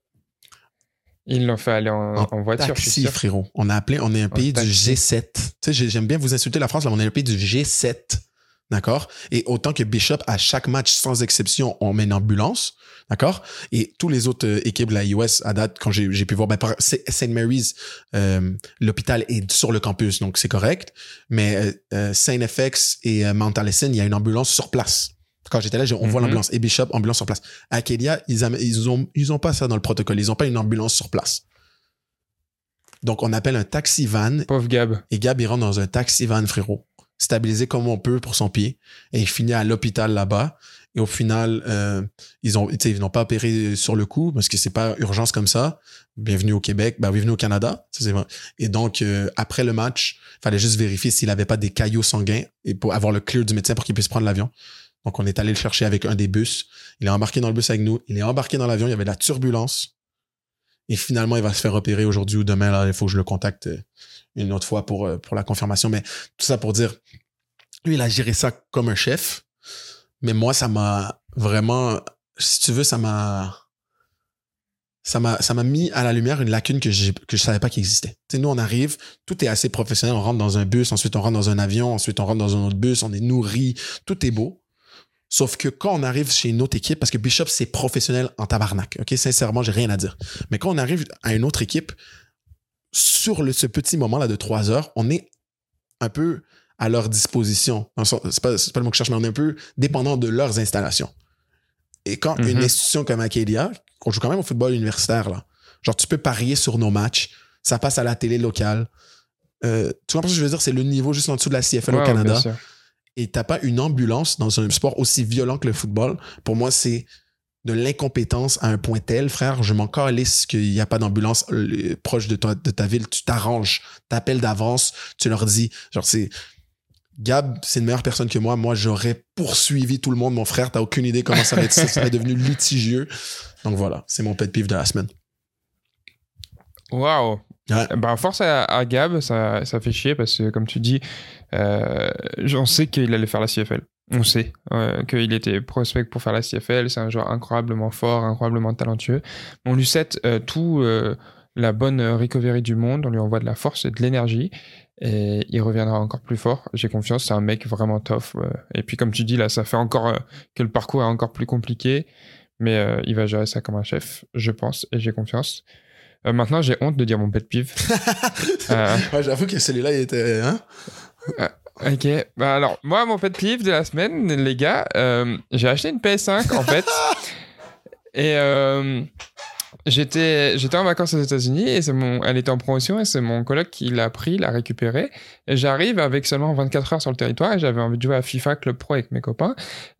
Ils l'ont fait aller en voiture, taxi, je suis sûr. frérot. On est un pays du G7. Tu sais, j'aime bien vous insulter la France, là, on est un pays du G7, d'accord? Et autant que Bishop, à chaque match, sans exception, on met une ambulance, d'accord? Et tous les autres équipes de la US, à date, quand j'ai pu voir, St. Mary's, l'hôpital est sur le campus, donc c'est correct. Mais Saint FX et Mount Allison, il y a une ambulance sur place. Quand j'étais là, on voit l'ambulance. Et Bishop, ambulance sur place. À Acadia, ils ont pas ça dans le protocole. Ils ont pas une ambulance sur place. Donc, on appelle un taxi van. Pauvre Gab. Et Gab, il rentre dans un taxi van, frérot. Stabilisé comme on peut pour son pied. Et il finit à l'hôpital là-bas. Et au final, ils n'ont pas opéré sur le coup parce que c'est pas urgence comme ça. Bienvenue au Québec. Bienvenue au Canada. Ça, c'est vrai. Et donc, après le match, il fallait juste vérifier s'il avait pas des caillots sanguins et pour avoir le clear du médecin pour qu'il puisse prendre l'avion. Donc, on est allé le chercher avec un des bus. Il est embarqué dans le bus avec nous. Il est embarqué dans l'avion. Il y avait de la turbulence. Et finalement, il va se faire opérer aujourd'hui ou demain. Là, il faut que je le contacte une autre fois pour la confirmation. Mais tout ça pour dire, lui, il a géré ça comme un chef. Mais moi, ça m'a vraiment, si tu veux, ça m'a mis à la lumière une lacune que je savais pas qu'il existait. Tu sais, nous, on arrive, tout est assez professionnel. On rentre dans un bus, ensuite on rentre dans un avion, ensuite on rentre dans un autre bus, on est nourri, tout est beau. Sauf que quand on arrive chez une autre équipe, parce que Bishop, c'est professionnel en tabarnak, OK? Sincèrement, j'ai rien à dire. Mais quand on arrive à une autre équipe, sur ce petit moment-là de 3 heures, on est un peu à leur disposition. C'est pas le mot que je cherche, mais on est un peu dépendant de leurs installations. Et quand une institution comme Acadia, qu'on joue quand même au football universitaire, là, genre tu peux parier sur nos matchs, ça passe à la télé locale. Tu comprends ce que je veux dire? C'est le niveau juste en dessous de la CFL au Canada. Et t'as pas une ambulance dans un sport aussi violent que le football. Pour moi, c'est de l'incompétence à un point tel, frère. Je m'en calisse qu'il n'y a pas d'ambulance proche de ta ville. Tu t'arranges, t'appelles d'avance, tu leur dis, genre c'est... Gab, c'est une meilleure personne que moi. Moi, j'aurais poursuivi tout le monde. Mon frère, t'as aucune idée comment ça serait devenu litigieux. Donc voilà, c'est mon pet peeve de la semaine. Waouh! Ouais. Bah, force à Gab, ça fait chier parce que, comme tu dis, on sait qu'il allait faire la CFL. On sait qu'il était prospect pour faire la CFL. C'est un joueur incroyablement fort, incroyablement talentueux. On lui souhaite tout la bonne recovery du monde. On lui envoie de la force et de l'énergie. Et il reviendra encore plus fort. J'ai confiance, c'est un mec vraiment tough. Et puis comme tu dis, là, ça fait encore que le parcours est encore plus compliqué. Mais il va gérer ça comme un chef, je pense, et j'ai confiance. Maintenant, j'ai honte de dire mon pet peeve. Ouais, j'avoue que celui-là, il était... Hein? Ok. Bah, alors, moi, mon pet peeve de la semaine, les gars, j'ai acheté une PS5, en fait. Et... J'étais en vacances aux États-Unis et elle était en promotion et c'est mon coloc qui l'a pris, l'a récupéré. Et j'arrive avec seulement 24 heures sur le territoire et j'avais envie de jouer à FIFA Club Pro avec mes copains.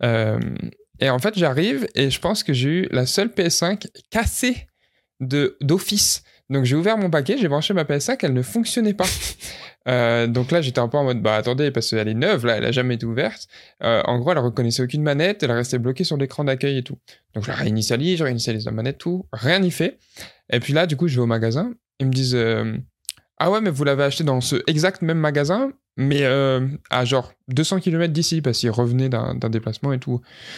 Et en fait, j'arrive et je pense que j'ai eu la seule PS5 cassée d'office. Donc j'ai ouvert mon paquet, j'ai branché ma PS5, elle ne fonctionnait pas. Donc là j'étais un peu en mode bah attendez parce qu'elle est neuve là, elle a jamais été ouverte. En gros elle reconnaissait aucune manette, elle restait bloquée sur l'écran d'accueil et tout. Donc je réinitialise la manette, tout, rien n'y fait. Et puis là du coup je vais au magasin, ils me disent ah ouais mais vous l'avez acheté dans ce exact même magasin mais à genre 200 km d'ici parce qu'il revenait d'un déplacement et tout.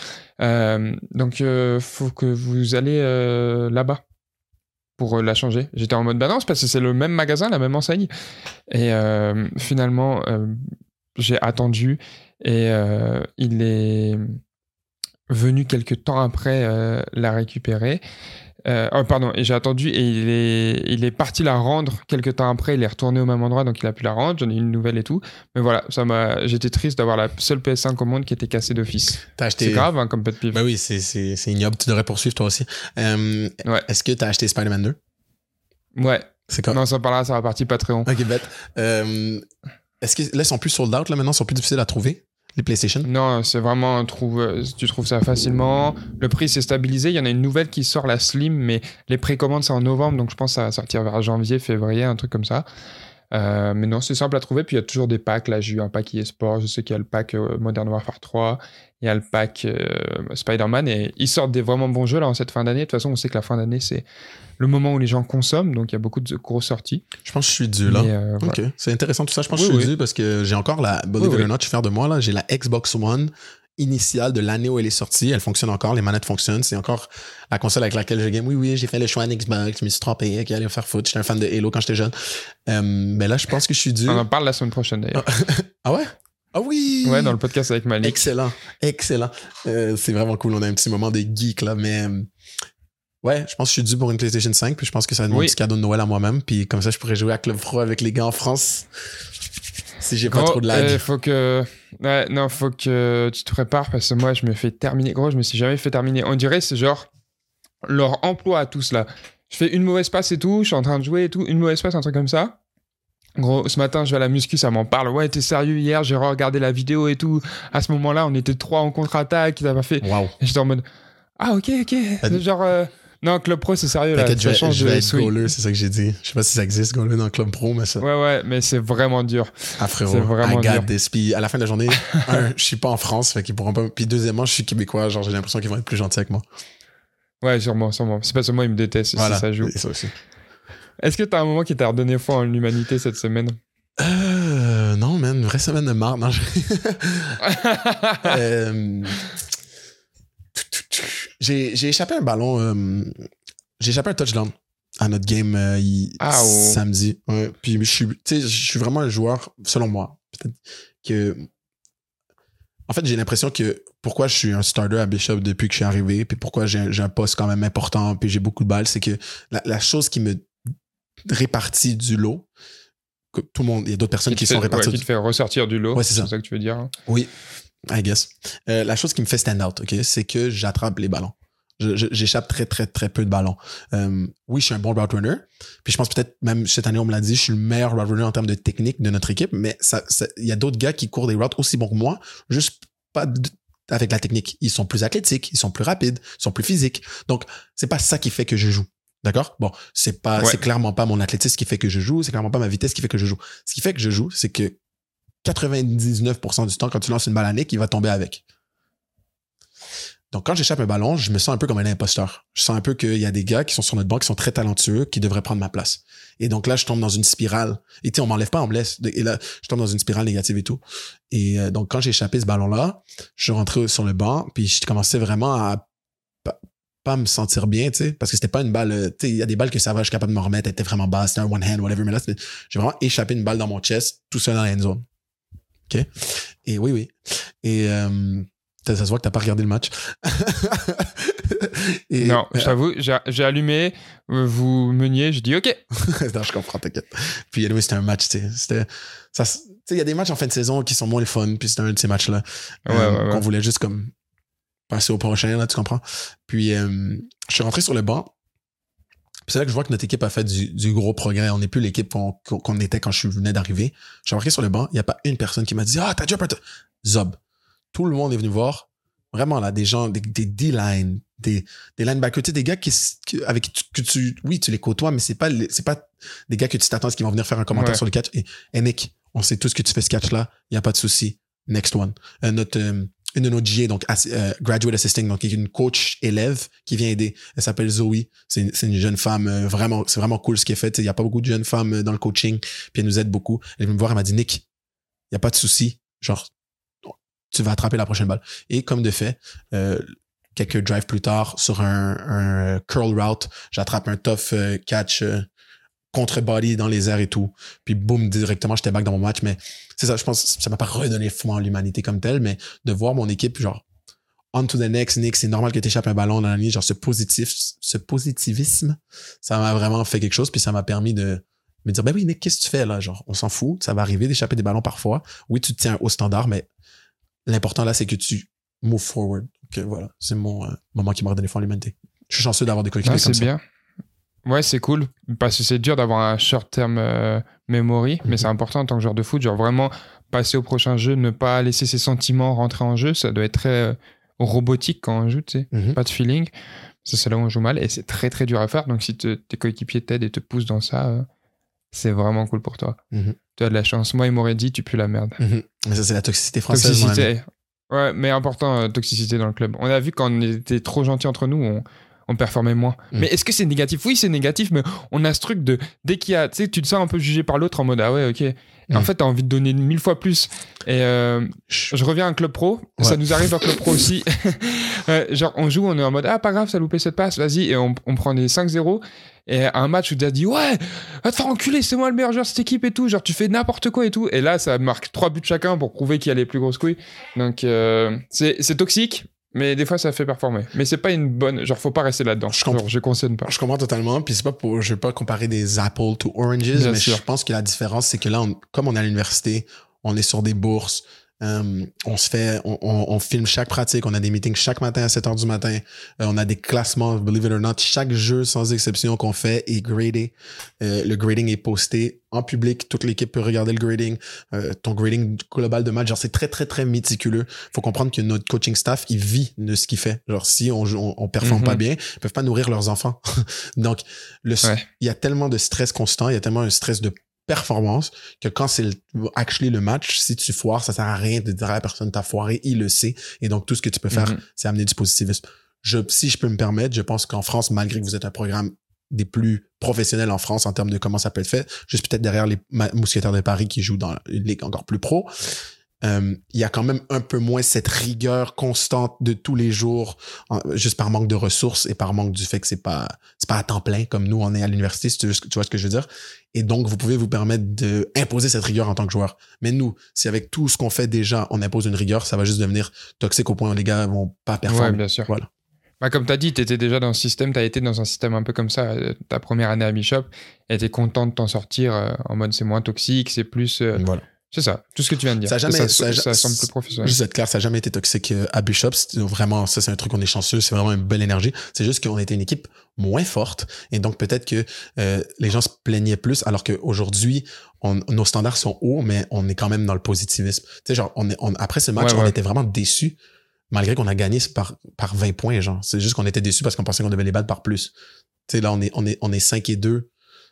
Donc faut que vous allez là-bas pour la changer. J'étais en mode balance parce que c'est le même magasin, la même enseigne. Et finalement, j'ai attendu et il est venu quelques temps après la récupérer. Et j'ai attendu et il est parti la rendre quelques temps après. Il est retourné au même endroit, donc il a pu la rendre. J'en ai une nouvelle et tout. Mais voilà, j'étais triste d'avoir la seule PS5 au monde qui était cassée d'office. C'est grave hein, comme pet peeve. Ben oui, c'est ignoble. Tu devrais poursuivre toi aussi. Ouais. Est-ce que t'as acheté Spider-Man 2? Ouais. C'est quoi? Non, ça parlera, ça va partir Patreon. Ok, bête. Est-ce que là, ils sont plus sold out là maintenant? Ils sont plus difficiles à trouver? Les PlayStation? Non, c'est vraiment tu trouves ça facilement. Le prix s'est stabilisé. Il y en a une nouvelle qui sort, la Slim, mais les précommandes c'est en novembre, donc je pense que ça va sortir vers janvier, février, un truc comme ça. Mais non, c'est simple à trouver. Puis il y a toujours des packs. Là, j'ai eu un pack eSport. Je sais qu'il y a le pack Modern Warfare 3. Il y a le pack Spider-Man. Et ils sortent des vraiment bons jeux là en cette fin d'année. De toute façon, on sait que la fin d'année, c'est le moment où les gens consomment. Donc il y a beaucoup de grosses sorties. Je pense que je suis dû là. Ok, voilà. C'est intéressant tout ça. Je pense que je suis dû parce que j'ai encore la believe it or not, je suis fier de moi là. J'ai la Xbox One initiale de l'année où elle est sortie. Elle fonctionne encore, les manettes fonctionnent. C'est encore la console avec laquelle je game. Oui, j'ai fait le choix en Xbox, je me suis trompé, ok, allez faire foot. J'étais un fan de Halo quand j'étais jeune. Mais là, je pense que je suis dû. On en parle la semaine prochaine d'ailleurs. Ah ouais? Ah oui! Ouais, dans le podcast avec Malik. Excellent. C'est vraiment cool. On a un petit moment des geeks là, mais ouais, je pense que je suis dû pour une PlayStation 5, puis je pense que ça va être mon petit cadeau de Noël à moi-même, puis comme ça, je pourrais jouer à Club Pro avec les gars en France. Si j'ai pas trop de lag. Faut que tu te prépares parce que moi, je me fais terminer. Gros, je me suis jamais fait terminer. On dirait, c'est genre leur emploi à tous là. Je fais une mauvaise passe et tout, je suis en train de jouer et tout, une mauvaise passe, un truc comme ça. Gros, ce matin, je vais à la muscu, ça m'en parle. Ouais, t'es sérieux, hier, j'ai regardé la vidéo et tout. À ce moment-là, on était 3 en contre-attaque, t'as pas fait. Wow. Et j'étais en mode, ah, ok. Genre, non, Club Pro, c'est sérieux, là. Ça change je vais être goaler, c'est ça que j'ai dit. Je sais pas si ça existe, goaler dans Club Pro, mais ça. Ouais, mais c'est vraiment dur. Ah, frérot. C'est vraiment dur. Puis à la fin de la journée, je suis pas en France, fait qu'ils pourront pas. Puis deuxièmement, je suis québécois, genre, j'ai l'impression qu'ils vont être plus gentils avec moi. Ouais, sûrement. C'est pas seulement il me déteste, Voilà, si ça joue. et ça aussi. Est-ce que t'as un moment qui t'a redonné foi en l'humanité cette semaine? Non, man, une vraie semaine de marde. Non, j'ai échappé un ballon. J'ai échappé un touchdown à notre game samedi. Ouais. Puis je suis vraiment un joueur, selon moi, peut-être que. En fait, j'ai l'impression que pourquoi je suis un starter à Bishop depuis que je suis arrivé, puis pourquoi j'ai un poste quand même important, puis j'ai beaucoup de balles, c'est que la chose qui me répartit du lot, que tout le monde, il y a d'autres personnes qui sont réparties. Qui te fait ressortir du lot. Ouais, c'est ça que tu veux dire. Hein. Oui, I guess. La chose qui me fait stand out, ok, c'est que j'attrape les ballons. J'échappe très, très, très peu de ballons. Oui, je suis un bon route runner. Puis je pense peut-être, même cette année, on me l'a dit, je suis le meilleur route runner en termes de technique de notre équipe, mais il y a d'autres gars qui courent des routes aussi bons que moi, juste pas avec la technique. Ils sont plus athlétiques, ils sont plus rapides, ils sont plus physiques. Donc, c'est pas ça qui fait que je joue. D'accord? Bon, c'est clairement pas mon athlétisme qui fait que je joue, c'est clairement pas ma vitesse qui fait que je joue. Ce qui fait que je joue, c'est que 99% du temps, quand tu lances une balle à Nick, il va tomber avec. Donc, quand j'échappe un ballon, je me sens un peu comme un imposteur. Je sens un peu qu'il y a des gars qui sont sur notre banc, qui sont très talentueux, qui devraient prendre ma place. Et donc là, je tombe dans une spirale. Et tu sais, on m'enlève pas, on me laisse. Et là, je tombe dans une spirale négative et tout. Et donc, quand j'ai échappé ce ballon-là, je suis rentré sur le banc, puis je commençais vraiment à pas me sentir bien, tu sais, parce que c'était pas une balle, tu sais, il y a des balles que ça va, je suis capable de me remettre, elle était vraiment basse, c'était un one hand, whatever, mais là, j'ai vraiment échappé une balle dans mon chest, tout seul dans la end zone. OK? Et oui. Et ça se voit que t'as pas regardé le match. Et, non, je t'avoue, j'ai allumé, vous meniez, je dis OK. Non, je comprends, t'inquiète. Puis anyway, c'était un match, tu sais, il y a des matchs en fin de saison qui sont moins le fun, puis c'était un de ces matchs-là qu'on voulait juste comme passer au prochain, là, tu comprends? Puis, je suis rentré sur le banc. Puis c'est là que je vois que notre équipe a fait du gros progrès. On n'est plus l'équipe qu'on était quand je venais d'arriver. Je suis rentré sur le banc. Il n'y a pas une personne qui m'a dit « Ah, t'as déjà pas... » Zob. Tout le monde est venu voir. Vraiment, là, des gens, des D-line, des linebackers, tu sais, des gars avec que tu les côtoies, mais c'est pas des gars que tu t'attends à ce qu'ils vont venir faire un commentaire sur le catch. Et Nick, on sait tous que tu fais ce catch-là. Il n'y a pas de souci. Next one. Une de nos GA, donc graduate assisting, donc une coach élève qui vient aider. Elle s'appelle Zoe. C'est une jeune femme c'est vraiment cool ce qu'elle fait. Il n'y a pas beaucoup de jeunes femmes dans le coaching, puis elle nous aide beaucoup. Elle est venue me voir, elle m'a dit Nick, il n'y a pas de souci, genre tu vas attraper la prochaine balle. Et comme de fait, quelques drives plus tard, sur un curl route, j'attrape un tough catch contre body dans les airs et tout. Puis boum, directement, j'étais back dans mon match. Mais c'est ça, je pense que ça m'a pas redonné foi en l'humanité comme telle, mais de voir mon équipe, genre, on to the next, Nick, c'est normal que tu échappes un ballon dans la ligne, genre ce positivisme, ça m'a vraiment fait quelque chose, puis ça m'a permis de me dire, ben oui, Nick, qu'est-ce que tu fais là? Genre, on s'en fout, ça va arriver d'échapper des ballons parfois. Oui, tu te tiens au standard, mais l'important là, c'est que tu move forward. Donc voilà, c'est mon moment qui m'a redonné foi en l'humanité. Je suis chanceux d'avoir des coéquipiers comme ça. C'est bien. Ouais, c'est cool, parce que c'est dur d'avoir un short-term memory, mais c'est important en tant que joueur de foot, genre vraiment passer au prochain jeu, ne pas laisser ses sentiments rentrer en jeu, ça doit être très robotique quand on joue, tu sais, pas de feeling, ça c'est là où on joue mal, et c'est très très dur à faire, donc si tes coéquipiers t'aident et te poussent dans ça, c'est vraiment cool pour toi. Tu as de la chance. Moi, il m'aurait dit, tu pues la merde. Mais ça, c'est la toxicité française. Toxicité, ouais, mais important, toxicité dans le club. On a vu quand on était trop gentils entre nous, on performait moins. Mais est-ce que c'est négatif? Oui, c'est négatif, mais on a ce truc de dès qu'il y a, tu sais, tu te sens un peu jugé par l'autre en mode ah ouais, ok. Et en fait, t'as envie de donner 1000 fois plus. Et je reviens à un club pro. Ouais. Ça nous arrive en club pro aussi. Genre, on joue, on est en mode ah, pas grave, ça a loupé cette passe, vas-y. Et on prend des 5-0. Et à un match où tu as dit ouais, va te faire enculer, c'est moi le meilleur joueur de cette équipe et tout. Genre, tu fais n'importe quoi et tout. Et là, ça marque 3 buts chacun pour prouver qu'il y a les plus grosses couilles. Donc, c'est toxique. Mais des fois, ça fait performer. Mais c'est pas une bonne... Genre, faut pas rester là-dedans. Je conseille pas. Je comprends totalement. Puis c'est pas pour... Je vais pas comparer des apples to oranges, bien mais sûr. Je pense que la différence, c'est que là, comme on est à l'université, on est sur des bourses, on filme chaque pratique, on a des meetings chaque matin à 7h du matin, on a des classements, believe it or not, chaque jeu sans exception qu'on fait est gradé, le grading est posté en public, toute l'équipe peut regarder le grading, ton grading global de match, genre c'est très très très méticuleux. Faut comprendre que notre coaching staff, il vit de ce qu'il fait. Genre si on performe pas bien, ils peuvent pas nourrir leurs enfants. Donc il y a tellement de stress constant, il y a tellement un stress de performance que quand c'est le match, si tu foires, ça sert à rien de dire à la personne t'as foiré, il le sait, et donc tout ce que tu peux faire, c'est amener du positivisme. si je peux me permettre, je pense qu'en France, malgré que vous êtes un programme des plus professionnels en France en termes de comment ça peut être fait, juste peut-être derrière les Mousquetaires de Paris qui jouent dans une ligue encore plus pro, il y a quand même un peu moins cette rigueur constante de tous les jours, juste par manque de ressources et par manque du fait que c'est pas à temps plein comme nous on est à l'université, si tu vois ce que je veux dire. Et donc vous pouvez vous permettre de imposer cette rigueur en tant que joueur. Mais nous, si avec tout ce qu'on fait déjà, on impose une rigueur, ça va juste devenir toxique au point où les gars vont pas performer. Ouais, bien sûr. Voilà. Bah, comme tu as dit, tu étais déjà dans ce système, tu as été dans un système un peu comme ça ta première année à Bishop, et tu es content de t'en sortir en mode c'est moins toxique, c'est plus. Voilà. C'est ça, tout ce que tu viens de dire. Ça semble plus professionnel. Juste être clair, ça n'a jamais été toxique à Bishop. Vraiment, ça, c'est un truc, on est chanceux, c'est vraiment une belle énergie. C'est juste qu'on était une équipe moins forte, et donc peut-être que les gens se plaignaient plus, alors qu'aujourd'hui, nos standards sont hauts, mais on est quand même dans le positivisme. Tu sais, genre, après ce match, on était vraiment déçus, malgré qu'on a gagné par 20 points, genre. C'est juste qu'on était déçus parce qu'on pensait qu'on devait les battre par plus. Tu sais, là, on est 5-2.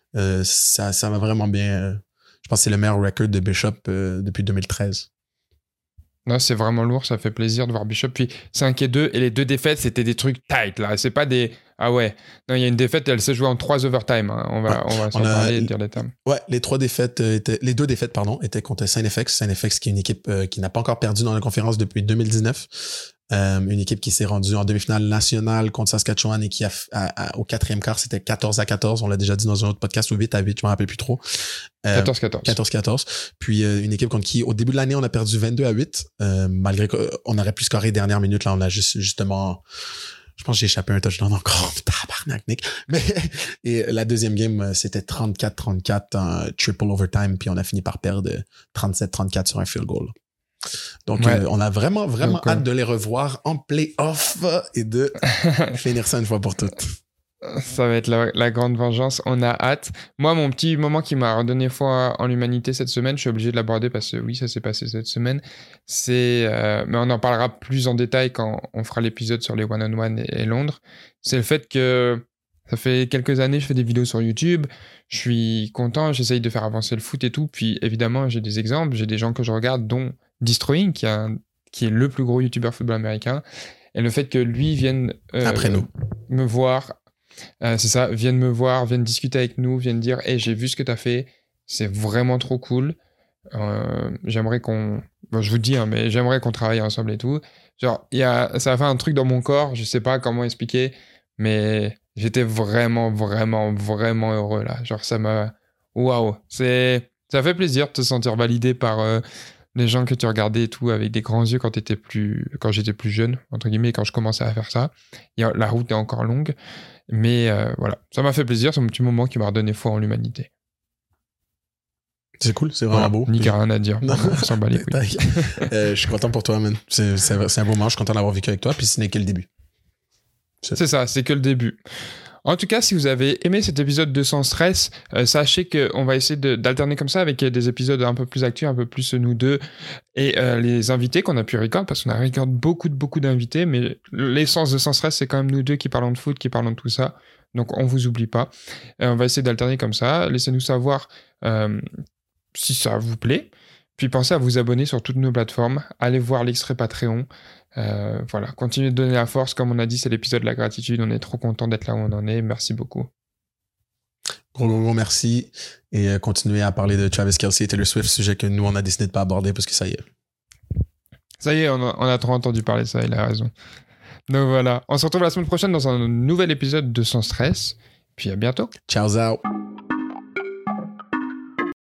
Ça va vraiment bien. Je pense que c'est le meilleur record de Bishop depuis 2013. Non, c'est vraiment lourd, ça fait plaisir de voir Bishop. Puis 5-2, et les 2 défaites, c'était des trucs tight, là. C'est pas des... Ah ouais. Non, il y a une défaite, elle s'est jouée en 3 overtime. Hein. On va s'en parler et dire les termes. Ouais, les 2 défaites, étaient contre Saint-FX. Saint-FX qui est une équipe qui n'a pas encore perdu dans la conférence depuis 2019. Une équipe qui s'est rendue en demi-finale nationale contre Saskatchewan et qui au 4e quart, c'était 14-14. On l'a déjà dit dans un autre podcast, ou 8-8, je m'en rappelle plus trop. 14-14. 14-14. Puis une équipe contre qui, au début de l'année, on a perdu 22-8. Malgré qu'on aurait pu scorer dernière minute, là, on a justement... Je pense que j'ai échappé un touchdown encore. Tabarnak, Nick. Et la deuxième game, c'était 34-34 en triple overtime, puis on a fini par perdre 37-34 sur un field goal. Donc, on a vraiment hâte de les revoir en play-off et de finir ça une fois pour toutes. Ça va être la grande vengeance, on a hâte. Moi, mon petit moment qui m'a redonné foi en l'humanité cette semaine, je suis obligé de l'aborder parce que oui, ça s'est passé cette semaine, c'est, mais on en parlera plus en détail quand on fera l'épisode sur les one-on-one et Londres, c'est le fait que ça fait quelques années, je fais des vidéos sur YouTube, je suis content, j'essaye de faire avancer le foot et tout, puis évidemment, j'ai des exemples, j'ai des gens que je regarde, dont Destroying, qui est le plus gros youtubeur football américain, et le fait que lui vienne après nous me voir, c'est ça, vienne me voir, vienne discuter avec nous, vienne dire « Hey, j'ai vu ce que t'as fait, c'est vraiment trop cool, j'aimerais qu'on... » Bon, je vous le dis, hein, mais j'aimerais qu'on travaille ensemble et tout. Genre, ça a fait un truc dans mon corps, je sais pas comment expliquer, mais j'étais vraiment, vraiment, vraiment heureux, là. Genre, ça m'a... Waouh, ça fait plaisir de te sentir validé par... les gens que tu regardais et tout avec des grands yeux quand j'étais plus jeune, entre guillemets, quand je commençais à faire ça. La route est encore longue, mais voilà, ça m'a fait plaisir, c'est un petit moment qui m'a redonné foi en l'humanité. C'est cool, c'est vraiment beau. Nick a rien à dire, on s'en bat les couilles. Je suis content pour toi, man. C'est un beau moment, je suis content d'avoir vécu avec toi, puis ce n'est que le début. C'est ça, c'est que le début. En tout cas, si vous avez aimé cet épisode de Sans Stress, sachez qu'on va essayer d'alterner comme ça avec des épisodes un peu plus actuels, un peu plus nous deux, et les invités qu'on a pu record, parce qu'on a record beaucoup d'invités, mais l'essence de Sans Stress, c'est quand même nous deux qui parlons de foot, qui parlons de tout ça, donc on vous oublie pas. On va essayer d'alterner comme ça, laissez-nous savoir si ça vous plaît, puis pensez à vous abonner sur toutes nos plateformes, allez voir l'extrait Patreon. Voilà, continuez de donner la force, comme on a dit, c'est l'épisode de la gratitude, on est trop content d'être là où on en est, merci beaucoup. Gros merci, et continuez à parler de Travis Kelce et Taylor Swift, sujet que nous on a décidé de pas aborder parce que ça y est, on a trop entendu parler de ça, il a raison. Donc voilà, on se retrouve la semaine prochaine dans un nouvel épisode de Sans Stress, puis à bientôt. Ciao out.